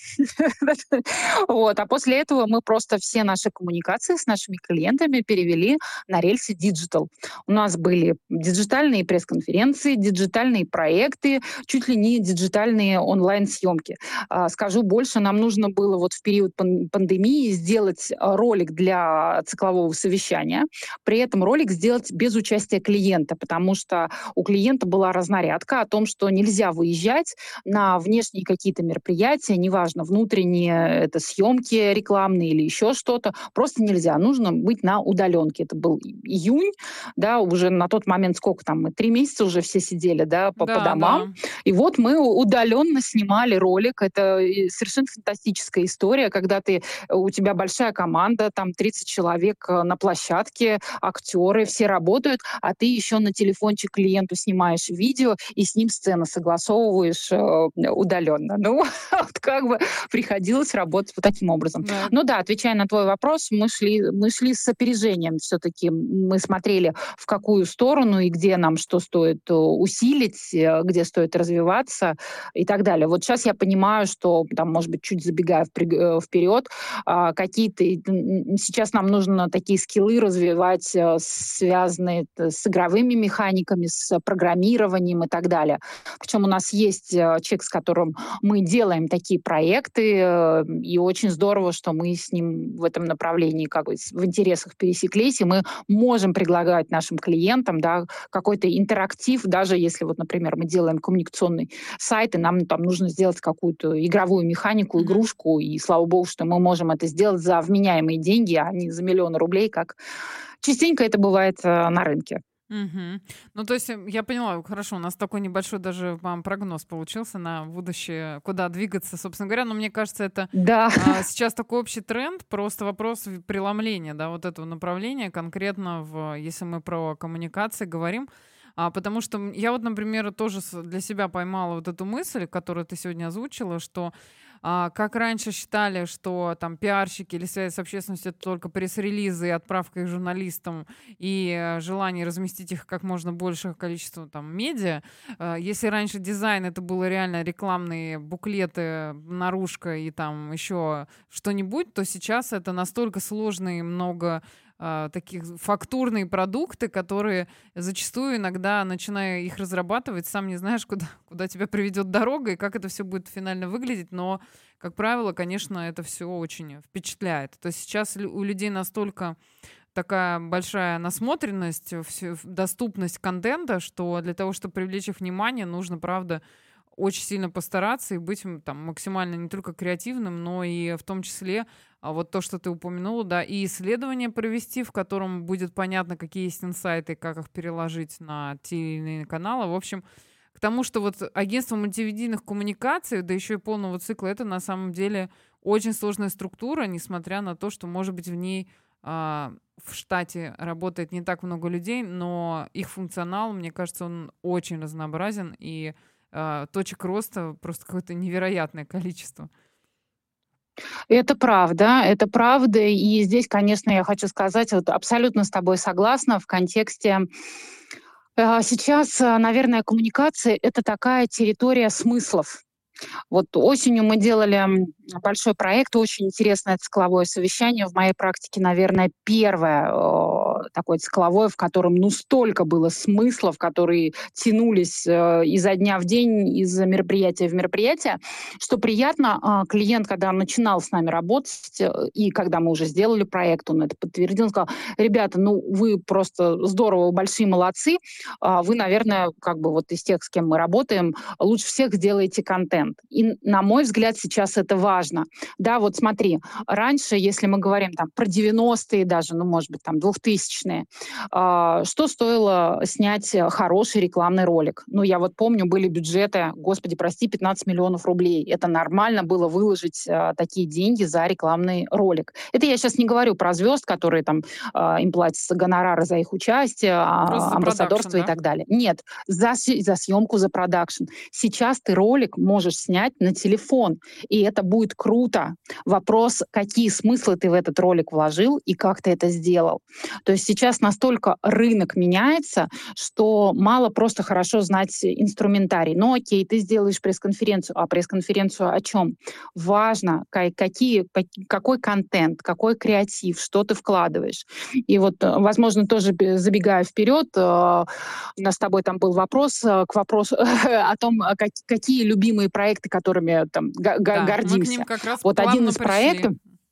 Вот. А после этого мы просто все наши коммуникации с нашими клиентами перевели на рельсы диджитал. У нас были диджитальные пресс-конференции, диджитальные проекты, чуть ли не диджитальные онлайн-съемки. Скажу больше, нам нужно было вот в период пандемии сделать ролик для циклового совещания, при этом ролик сделать без участия клиента, потому что у клиента была разнарядка о том, что нельзя выезжать на внешние какие-то мероприятия, неважно, внутренние это съемки рекламные или еще что-то, просто нельзя, нужно быть на удаленке. Это был июнь, да, уже на тот момент сколько там, мы 3 месяца уже все сидели, да, по Да, домам. да. И вот мы удаленно снимали ролик. Это совершенно фантастическая история, когда у тебя большая команда, там 30 человек на площадке, актеры, все работают, а ты еще на телефончик клиенту снимаешь видео и с ним сцену согласовываешь удаленно. Ну, вот как бы приходилось работать вот таким образом. Да. Ну да, отвечая на твой вопрос, мы шли с опережением все-таки. Мы смотрели, в какую сторону и где нам что стоит усилить, где стоит развиваться и так далее. Вот сейчас я понимаю, что там, может быть, чуть забегая вперед, какие-то сейчас нам нужно такие скиллы развивать, связанные с игровыми механиками, с программированием и так далее. Причем у нас есть человек, с которым мы делаем такие проекты, и очень здорово, что мы с ним в этом направлении как бы в интересах пересеклись, и мы можем предлагать нашим клиентам, да, какой-то интерактив, даже если вот, например, мы делаем коммуникационный сайт, и нам там нужно сделать какую-то игровую механику, Мгм. игрушку, и слава богу, что мы можем это сделать за вменяемые деньги, а не за миллионы рублей, как частенько это бывает на рынке. Мгм. Ну, то есть, я поняла, хорошо, у нас такой небольшой даже прогноз получился на будущее, куда двигаться, собственно говоря. Но мне кажется, это Да. сейчас такой общий тренд, просто вопрос преломления, да, вот этого направления, конкретно если мы про коммуникации говорим. Потому что я вот, например, тоже для себя поймала вот эту мысль, которую ты сегодня озвучила, что как раньше считали, что там пиарщики или связь с общественностью — это только пресс-релизы и отправка их журналистам, и желание разместить их как можно большее количество там медиа. Если раньше дизайн — это было реально рекламные буклеты, наружка и там еще что-нибудь, то сейчас это настолько сложно и много таких фактурные продукты, которые зачастую иногда, начиная их разрабатывать, сам не знаешь, куда тебя приведет дорога и как это все будет финально выглядеть, но, как правило, конечно, это все очень впечатляет. То есть сейчас у людей настолько такая большая насмотренность, доступность контента, что для того, чтобы привлечь их внимание, нужно, правда, очень сильно постараться и быть там максимально не только креативным, но и в том числе вот то, что ты упомянула, да, и исследование провести, в котором будет понятно, какие есть инсайты, как их переложить на те или иные каналы. В общем, к тому, что вот агентство мультимедийных коммуникаций, да еще и полного цикла, это на самом деле очень сложная структура, несмотря на то, что, может быть, в ней в штате работает не так много людей, но их функционал, мне кажется, он очень разнообразен, и точек роста просто какое-то невероятное количество. Это правда. И здесь, конечно, я хочу сказать, вот абсолютно с тобой согласна в контексте Сейчас, наверное, коммуникация — это такая территория смыслов. Вот осенью мы делали большой проект, очень интересное цикловое совещание. В моей практике, наверное, первое такое цикловое, в котором столько было смыслов, которые тянулись изо дня в день, из мероприятия в мероприятие, что приятно. Клиент, когда начинал с нами работать, и когда мы уже сделали проект, он это подтвердил, он сказал: ребята, вы просто здорово, большие молодцы, вы, наверное, как бы вот из тех, с кем мы работаем, лучше всех сделаете контент. И, на мой взгляд, сейчас это важно. Да, вот смотри, раньше, если мы говорим там про 90-е даже, может быть, там 2000-е, что стоило снять хороший рекламный ролик? Я вот помню, были бюджеты, господи, прости, 15 миллионов рублей. Это нормально было выложить такие деньги за рекламный ролик. Это я сейчас не говорю про звезд, которые там им платятся гонорары за их участие, Просто за амбассадорство продакшн, и да? так далее. Нет, за съемку, за продакшн. Сейчас ты ролик можешь снять на телефон, и это будет круто. Вопрос, какие смыслы ты в этот ролик вложил и как ты это сделал. То есть сейчас настолько рынок меняется, что мало просто хорошо знать инструментарий. Окей, ты сделаешь пресс-конференцию. А пресс-конференцию о чем? Важно, какой контент, какой креатив, что ты вкладываешь. И вот, возможно, тоже забегая вперед, у нас с тобой там был вопрос к вопросу о том, какие любимые проекты, которыми там Да, мы к ним гордимся. как раз Вот плавно пришли.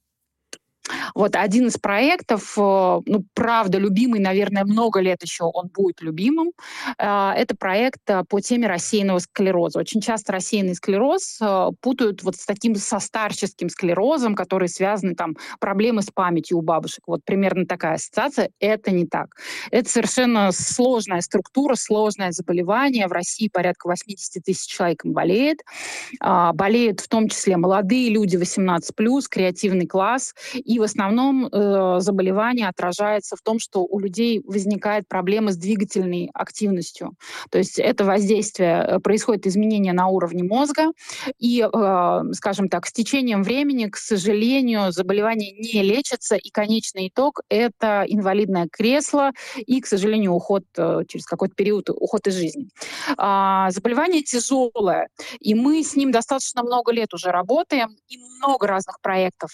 один из проектов, правда, любимый, наверное, много лет еще он будет любимым. Это проект по теме рассеянного склероза. Очень часто рассеянный склероз путают вот с таким со старческим склерозом, который связаны там проблемы с памятью у бабушек. Вот примерно такая ассоциация. Это не так. Это совершенно сложная структура, сложное заболевание. В России порядка 80 тысяч человек им болеет. Болеют в том числе молодые люди 18+, креативный класс. И в основном заболевание отражается в том, что у людей возникают проблемы с двигательной активностью. То есть это воздействие, происходит изменение на уровне мозга. И, скажем так, с течением времени, к сожалению, заболевание не лечится. И конечный итог — это инвалидное кресло и, к сожалению, уход через какой-то период, уход из жизни. Заболевание тяжелое. И мы с ним достаточно много лет уже работаем, и много разных проектов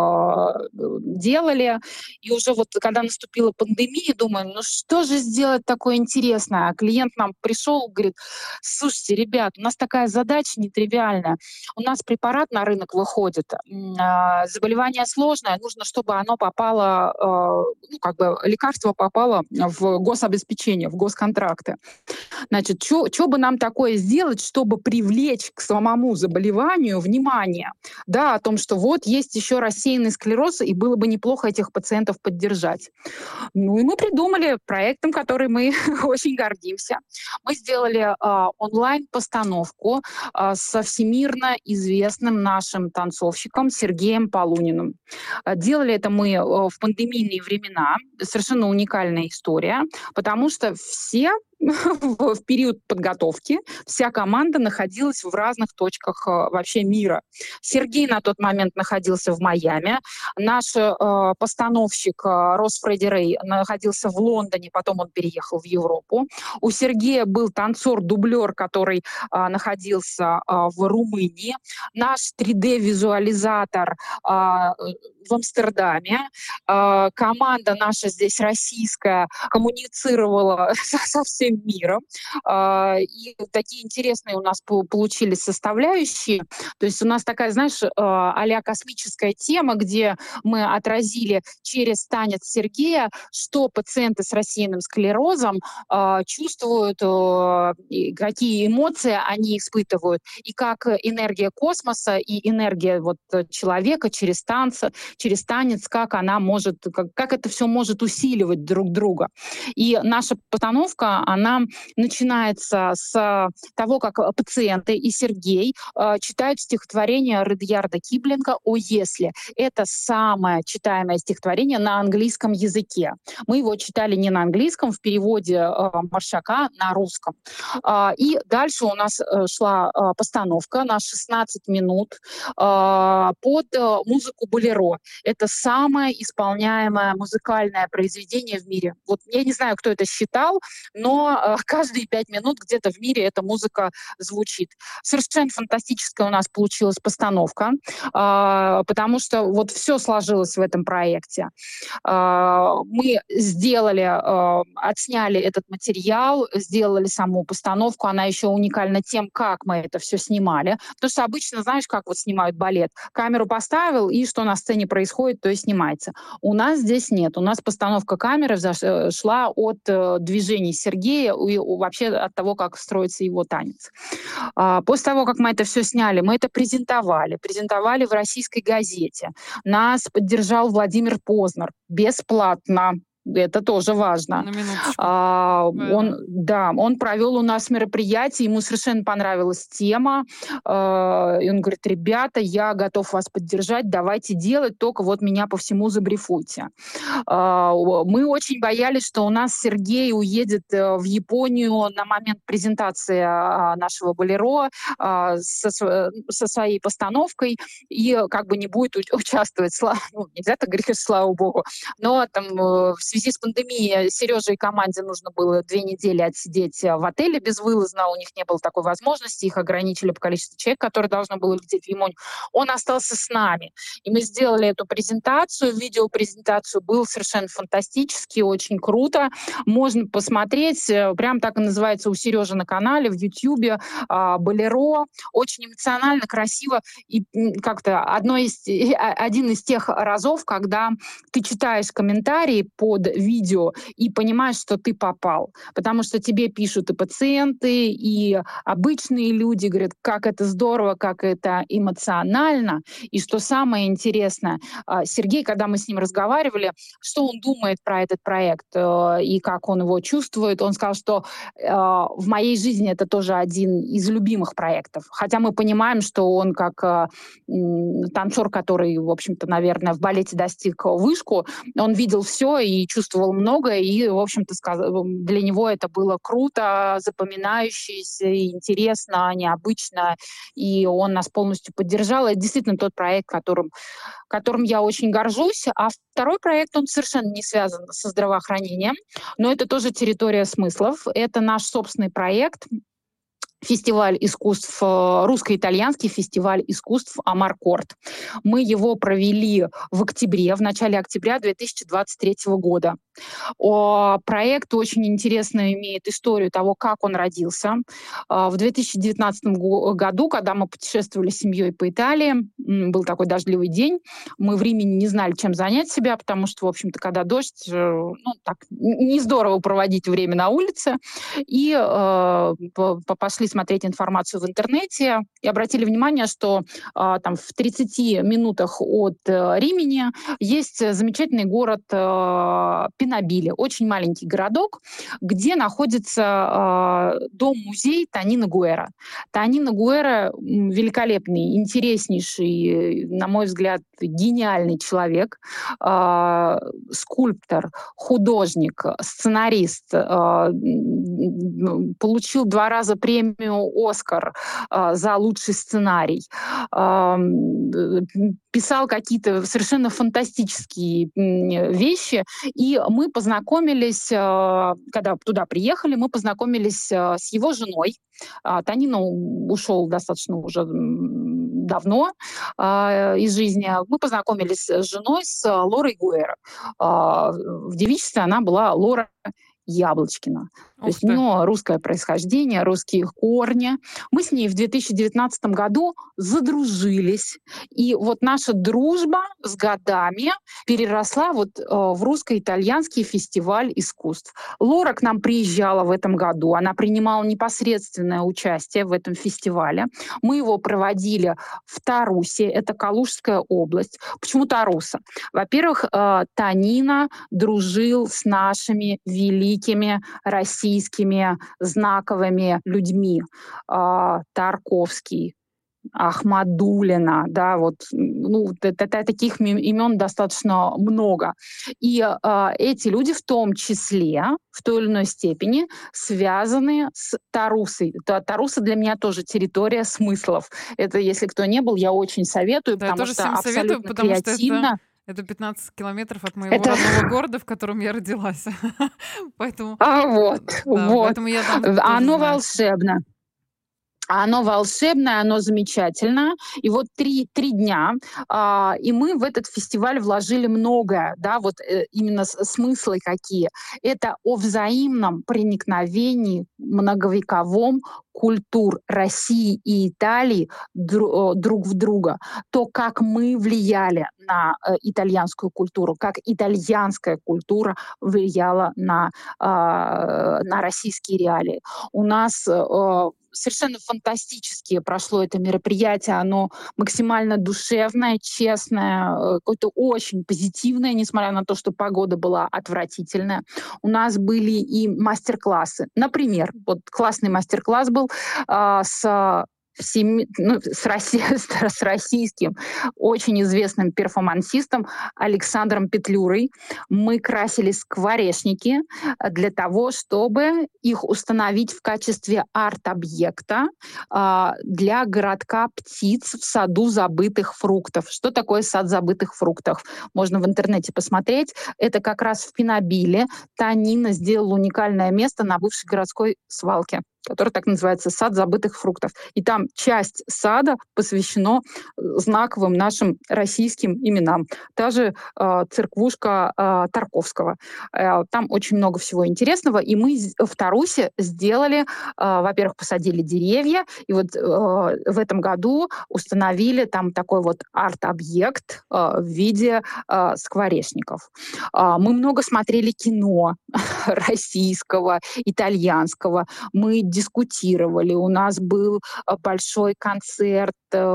делали. И уже вот когда наступила пандемия, думаю, что же сделать такое интересное? А клиент нам пришел, говорит: слушайте, ребят, у нас такая задача нетривиальная. У нас препарат на рынок выходит, заболевание сложное, нужно, чтобы оно попало, лекарство попало в гособеспечение, в госконтракты. Значит, что бы нам такое сделать, чтобы привлечь к самому заболеванию внимание, да, о том, что вот есть еще рассеянный склероз, и было бы неплохо этих пациентов поддержать. И мы придумали проектом, который мы очень гордимся. Мы сделали онлайн-постановку со всемирно известным нашим танцовщиком Сергеем Полуниным. Делали это мы в пандемийные времена. Совершенно уникальная история, потому что все в период подготовки вся команда находилась в разных точках вообще мира. Сергей на тот момент находился в Майами. Наш постановщик Росс Фредди Рэй находился в Лондоне, потом он переехал в Европу. У Сергея был танцор-дублер, который находился в Румынии. Наш 3D-визуализатор в Амстердаме. Команда наша здесь российская коммуницировала со всем миром. И такие интересные у нас получились составляющие. То есть у нас такая, знаешь, а-ля космическая тема, где мы отразили через танец Сергея, что пациенты с рассеянным склерозом чувствуют, какие эмоции они испытывают, и как энергия космоса и энергия человека через танец, как она может, как это все может усиливать друг друга. И наша постановка, она начинается с того, как пациенты и Сергей читают стихотворение Рудьярда Киплинга «О, если». Это самое читаемое стихотворение на английском языке. Мы его читали не на английском, в переводе Маршака на русском. И дальше у нас шла постановка на 16 минут под музыку болеро. это самое исполняемое музыкальное произведение в мире. Вот я не знаю, кто это считал, но каждые 5 минут где-то в мире эта музыка звучит. Совершенно фантастическая у нас получилась постановка, потому что вот все сложилось в этом проекте. Мы отсняли этот материал, сделали саму постановку. Она еще уникальна тем, как мы это все снимали. Потому что обычно, знаешь, как вот снимают балет? Камеру поставил, и что на сцене происходит, то и снимается. У нас здесь нет. У нас постановка камеры шла от движений Сергея и вообще от того, как строится его танец. После того, как мы это все сняли, мы это презентовали в российской газете. Нас поддержал Владимир Познер бесплатно. Это тоже важно. На минуточку. Он провел у нас мероприятие, ему совершенно понравилась тема. И он говорит: ребята, я готов вас поддержать, давайте делать, только вот меня по всему забрифуйте. Мы очень боялись, что у нас Сергей уедет в Японию на момент презентации нашего «Болеро» со своей постановкой и как бы не будет участвовать. Нельзя так говорить, слава богу. Но там в связи с пандемией Сереже и команде нужно было 2 недели отсидеть в отеле безвылазно. У них не было такой возможности. Их ограничили по количеству человек, которые должны были лететь в Японию. Он остался с нами. И мы сделали эту презентацию, видеопрезентацию. Был совершенно фантастический, очень круто. Можно посмотреть. Прям так и называется у Сережи на канале, в Ютьюбе. «Болеро». Очень эмоционально, красиво. И как-то один из тех разов, когда ты читаешь комментарии под видео и понимаешь, что ты попал. Потому что тебе пишут и пациенты, и обычные люди, говорят, как это здорово, как это эмоционально. И что самое интересное, Сергей, когда мы с ним разговаривали, что он думает про этот проект и как он его чувствует, он сказал, что в моей жизни это тоже один из любимых проектов. Хотя мы понимаем, что он как танцор, который, в общем-то, наверное, в балете достиг вышку, он видел все и чувствовал многое, и, в общем-то, для него это было круто, запоминающееся, интересно, необычно, и он нас полностью поддержал. Это действительно тот проект, которым я очень горжусь. А второй проект, он совершенно не связан со здравоохранением, но это тоже территория смыслов. Это наш собственный проект, фестиваль искусств, русско-итальянский фестиваль искусств «Амаркорд». Мы его провели в начале октября 2023 года. Проект очень интересно имеет историю того, как он родился. В 2019 году, когда мы путешествовали с семьей по Италии, был такой дождливый день, мы в Риме не знали, чем занять себя, потому что, в общем-то, когда дождь, не здорово проводить время на улице. И пошли смотреть информацию в интернете и обратили внимание, что там в 30 минутах от Римени есть замечательный город Пинабиле, очень маленький городок, где находится дом-музей Тонино Гуэра. Тонино Гуэра великолепный, интереснейший, на мой взгляд, гениальный человек, скульптор, художник, сценарист, получил 2 раза премию «Оскар» за лучший сценарий, писал какие-то совершенно фантастические вещи, и мы познакомились, когда туда приехали, мы познакомились с его женой. Тонино ушел достаточно уже давно из жизни. Мы познакомились с женой, с Лорой Гуэра. В девичестве она была Лора Яблочкина. То есть у нее русское происхождение, русские корни. Мы с ней в 2019 году задружились. И вот наша дружба с годами переросла в русско-итальянский фестиваль искусств. Лора к нам приезжала в этом году. Она принимала непосредственное участие в этом фестивале. Мы его проводили в Тарусе. Это Калужская область. Почему Таруса? Во-первых, Тонино дружил с нашими великими российскими знаковыми людьми. Тарковский, Ахмадуллина, таких имен достаточно много. И эти люди в том числе, в той или иной степени, связаны с Тарусой. Таруса для меня тоже территория смыслов. Это, если кто не был, я очень советую, потому что абсолютно креативно. Это 15 километров от моего Это родного города, в котором я родилась. Поэтому, вот, да, вот. поэтому я там тоже Оно знаю. волшебно. Оно волшебное, оно замечательное. И вот три дня, и мы в этот фестиваль вложили многое, да, вот именно смыслы какие. Это о взаимном проникновении многовековом культур России и Италии друг в друга. То, как мы влияли на итальянскую культуру, как итальянская культура влияла на российские реалии. У нас совершенно фантастически прошло это мероприятие. Оно максимально душевное, честное, какое-то очень позитивное, несмотря на то, что погода была отвратительная. У нас были и мастер-классы. Например, вот классный мастер-класс был с с российским очень известным перформансистом Александром Петлюрой. Мы красили скворечники для того, чтобы их установить в качестве арт-объекта для городка птиц в саду забытых фруктов. Что такое сад забытых фруктов? Можно в интернете посмотреть. Это как раз в Пинобиле. Танина сделала уникальное место на бывшей городской свалке, который так называется «Сад забытых фруктов». И там часть сада посвящена знаковым нашим российским именам. Та же церквушка Тарковского. Там очень много всего интересного. И мы в Тарусе сделали, во-первых, посадили деревья, и вот в этом году установили там такой вот арт-объект в виде скворечников. Мы много смотрели кино российского, итальянского. Мы дискутировали. У нас был большой концерт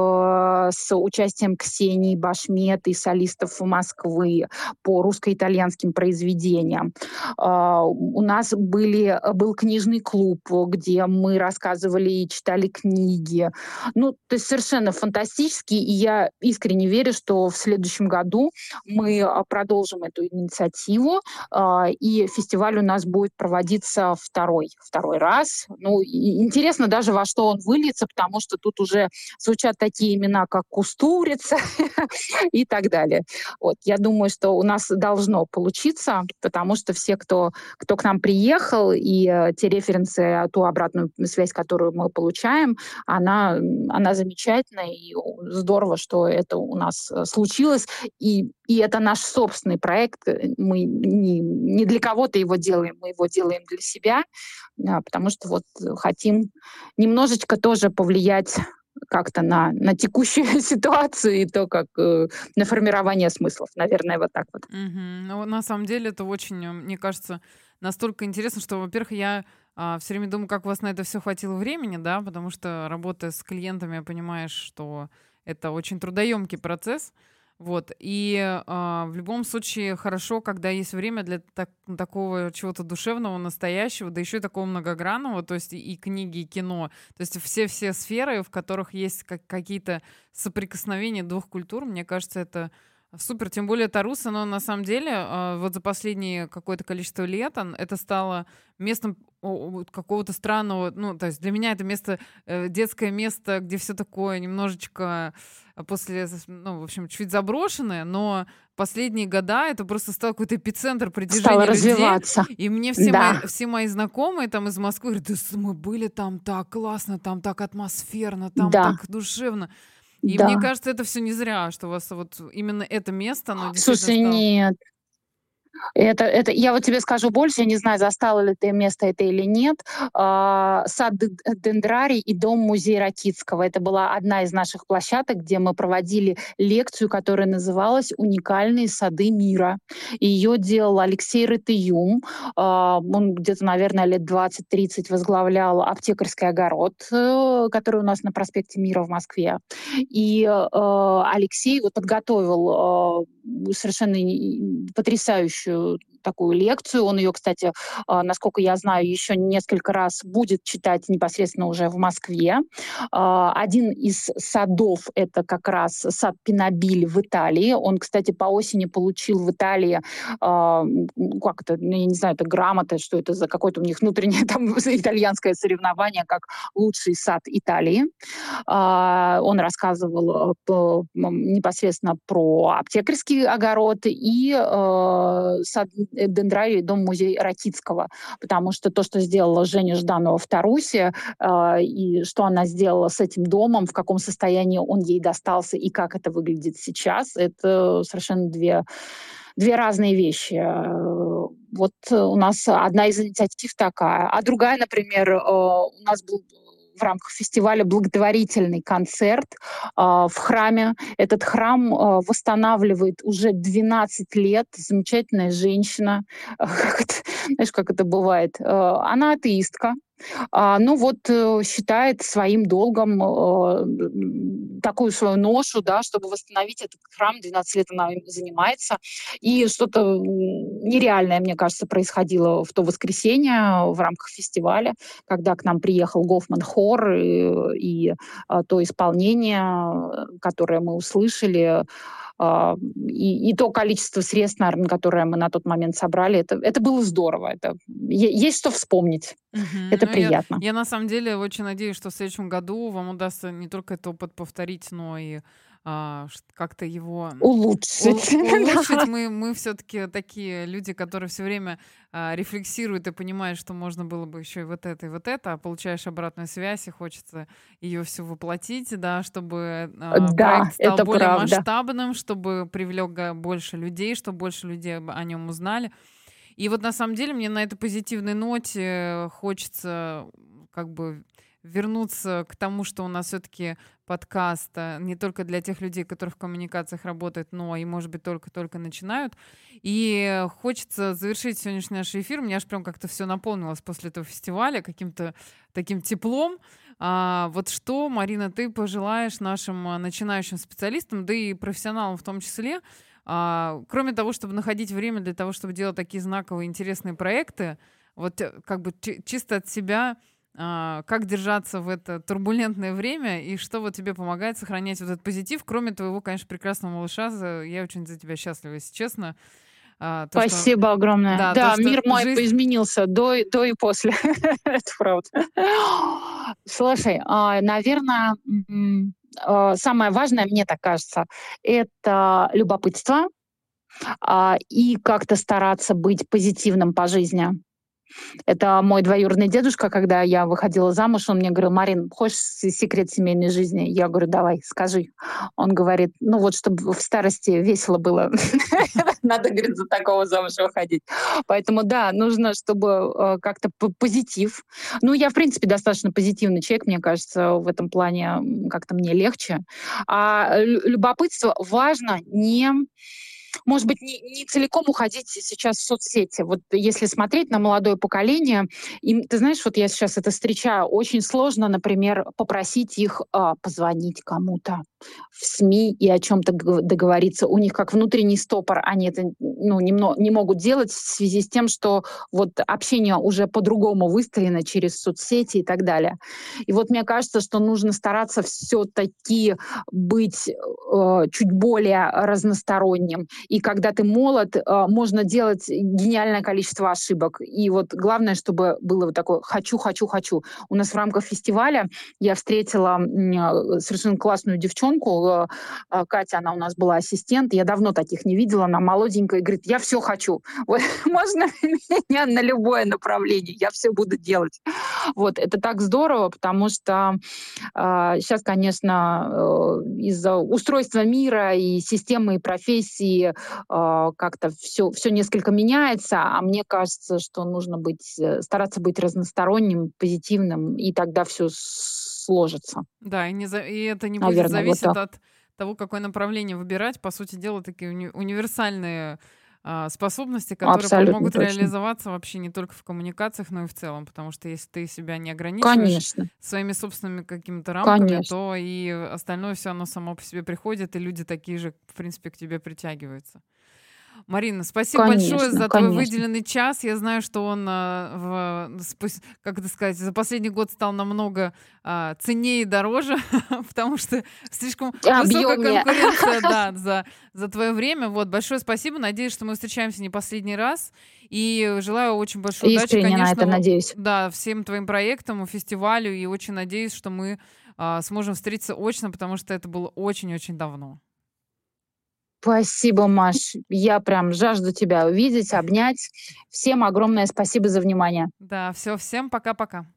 с участием Ксении Башмет и солистов Москвы по русско-итальянским произведениям. У нас был книжный клуб, где мы рассказывали и читали книги. Ну, то есть совершенно фантастически. И я искренне верю, что в следующем году мы продолжим эту инициативу, и фестиваль у нас будет проводиться второй раз. Ну, и интересно даже, во что он выльется, потому что тут уже звучат такие имена, как Кустурица и так далее. Вот, я думаю, что у нас должно получиться, потому что все, кто к нам приехал, и те референсы, ту обратную связь, которую мы получаем, она замечательная, и здорово, что это у нас случилось. И это наш собственный проект. Мы не для кого-то его делаем, мы его делаем для себя, потому что вот хотим немножечко тоже повлиять как-то на текущую ситуацию и то, как на формирование смыслов. Наверное, вот так вот. Мгм. Ну, на самом деле это очень, мне кажется, настолько интересно, что, во-первых, я все время думаю, как у вас на это все хватило времени, да, потому что работая с клиентами, понимаешь, что это очень трудоемкий процесс. Вот. И в любом случае хорошо, когда есть время для такого чего-то душевного, настоящего, да еще и такого многогранного, то есть и книги, и кино. То есть все сферы, в которых есть какие-то соприкосновения двух культур, мне кажется, это супер. Тем более Тарус, оно на самом деле вот за последнее какое-то количество лет это стало местом вот какого-то странного, ну, то есть для меня это место, детское место, где все такое немножечко ну, в общем, чуть заброшенное, но последние года это просто стал какой-то эпицентр Стала притяжения людей, развиваться. и мне Да, все мои знакомые там из Москвы говорят: да мы были там так классно, там так атмосферно, там да, так душевно. И мне да. кажется, это все не зря, что у вас вот именно это место, оно действительно Слушай, стало. нет, я вот тебе скажу больше, я не знаю, застала ли ты место это или нет. Сад Дендрарий и дом-музей Ракитского. Это была одна из наших площадок, где мы проводили лекцию, которая называлась «Уникальные сады мира». Ее делал Алексей Рытыюм. Он где-то, наверное, лет 20-30 возглавлял аптекарский огород, который у нас на проспекте Мира в Москве. И Алексей вот подготовил совершенно потрясающую такую лекцию. Он ее, кстати, насколько я знаю, еще несколько раз будет читать непосредственно уже в Москве. Один из садов — это как раз сад Пинабиль в Италии. Он, кстати, по осени получил в Италии, как это, ну, я не знаю, это грамота, что это за какое-то у них внутреннее там итальянское соревнование, как лучший сад Италии. Он рассказывал непосредственно про аптекарский огород и сад дендрарий, дом-музей Ракитского, потому что то, что сделала Женя Жданова в Тарусе, и что она сделала с этим домом, в каком состоянии он ей достался и как это выглядит сейчас, это совершенно две разные вещи. Вот у нас одна из инициатив такая. А другая, например, у нас был в рамках фестиваля благотворительный концерт в храме. Этот храм восстанавливает уже 12 лет замечательная женщина. Знаешь, как это бывает? Она атеистка. Ну вот считает своим долгом такую свою ношу, да, чтобы восстановить этот храм. 12 лет она им занимается. И что-то нереальное, мне кажется, происходило в то воскресенье в рамках фестиваля, когда к нам приехал Гофман хор, то исполнение, которое мы услышали, и то количество средств, наверное, которое мы на тот момент собрали, это было здорово. Есть что вспомнить. Это Ну, приятно. я на самом деле очень надеюсь, что в следующем году вам удастся не только этот опыт повторить, но и как-то его Улучшить. улучшить. Да. Мы все-таки такие люди, которые все время рефлексируют и понимают, что можно было бы еще и вот это, а получаешь обратную связь, и хочется ее все воплотить, да, чтобы Да, проект стал это более правда. масштабным, чтобы привлек больше людей, чтобы больше людей о нем узнали. И вот на самом деле мне на этой позитивной ноте хочется как бы вернуться к тому, что у нас все-таки подкаст не только для тех людей, которые в коммуникациях работают, но и, может быть, только-только начинают. И хочется завершить сегодняшний наш эфир. У меня аж прям как-то все наполнилось после этого фестиваля каким-то таким теплом. Вот что, Марина, ты пожелаешь нашим начинающим специалистам, да и профессионалам в том числе, кроме того, чтобы находить время для того, чтобы делать такие знаковые, интересные проекты, вот как бы чисто от себя, как держаться в это турбулентное время и что вот тебе помогает сохранять вот этот позитив, кроме твоего, конечно, прекрасного малыша. Я очень за тебя счастлива, если честно. То, что, Спасибо огромное. да, то, Да, что мир мой жизнь... изменился до и после. Это правда. Слушай, наверное, самое важное, мне так кажется, это любопытство, и как-то стараться быть позитивным по жизни. Это мой двоюродный дедушка, когда я выходила замуж, он мне говорил: «Марин, хочешь секрет семейной жизни?» Я говорю: «Давай, скажи». Он говорит: «Ну вот, чтобы в старости весело было, надо, говорит, за такого замуж выходить». Поэтому да, нужно, чтобы как-то позитив. Ну, я, в принципе, достаточно позитивный человек, мне кажется, в этом плане как-то мне легче. А любопытство важно не, может быть, не целиком уходить сейчас в соцсети. Вот если смотреть на молодое поколение, им, ты знаешь, вот я сейчас это встречаю, очень сложно, например, попросить их позвонить кому-то в СМИ и о чем-то договориться. У них как внутренний стопор, они это не могут делать в связи с тем, что вот общение уже по-другому выстроено через соцсети и так далее. И вот мне кажется, что нужно стараться все-таки быть чуть более разносторонним. И когда ты молод, можно делать гениальное количество ошибок. И вот главное, чтобы было вот такое «хочу, хочу, хочу». У нас в рамках фестиваля я встретила совершенно классную девчонку. Катя, она у нас была ассистент. Я давно таких не видела. Она молоденькая и говорит: «Я все хочу. Вот, можно меня на любое направление. Я все буду делать». Вот, это так здорово, потому что сейчас, конечно, из-за устройства мира и системы, и профессии как-то все несколько меняется, а мне кажется, что нужно стараться быть разносторонним, позитивным, и тогда все сложится. Да, и это не будет Наверное, вот зависеть так. от того, какое направление выбирать. По сути дела, такие универсальные способности, которые Абсолютно помогут точно. реализоваться вообще не только в коммуникациях, но и в целом. Потому что если ты себя не ограничиваешь Конечно, своими собственными какими-то рамками, конечно. то и остальное все оно само по себе приходит, и люди такие же, в принципе, к тебе притягиваются. Марина, спасибо большое Конечно, за твой конечно. выделенный час. Я знаю, что он, как это сказать, за последний год стал намного ценнее и дороже, потому что слишком высокая Объемнее. конкуренция, да, за твое время. Вот, большое спасибо. Надеюсь, что мы встречаемся не последний раз. И желаю очень большой удачи, Искренне на это конечно, надеюсь. да, всем твоим проектам, фестивалю. И очень надеюсь, что мы сможем встретиться очно, потому что это было очень-очень давно. Спасибо, Маш. Я прям жажду тебя увидеть, обнять. Всем огромное спасибо за внимание. Да, все, всем пока-пока.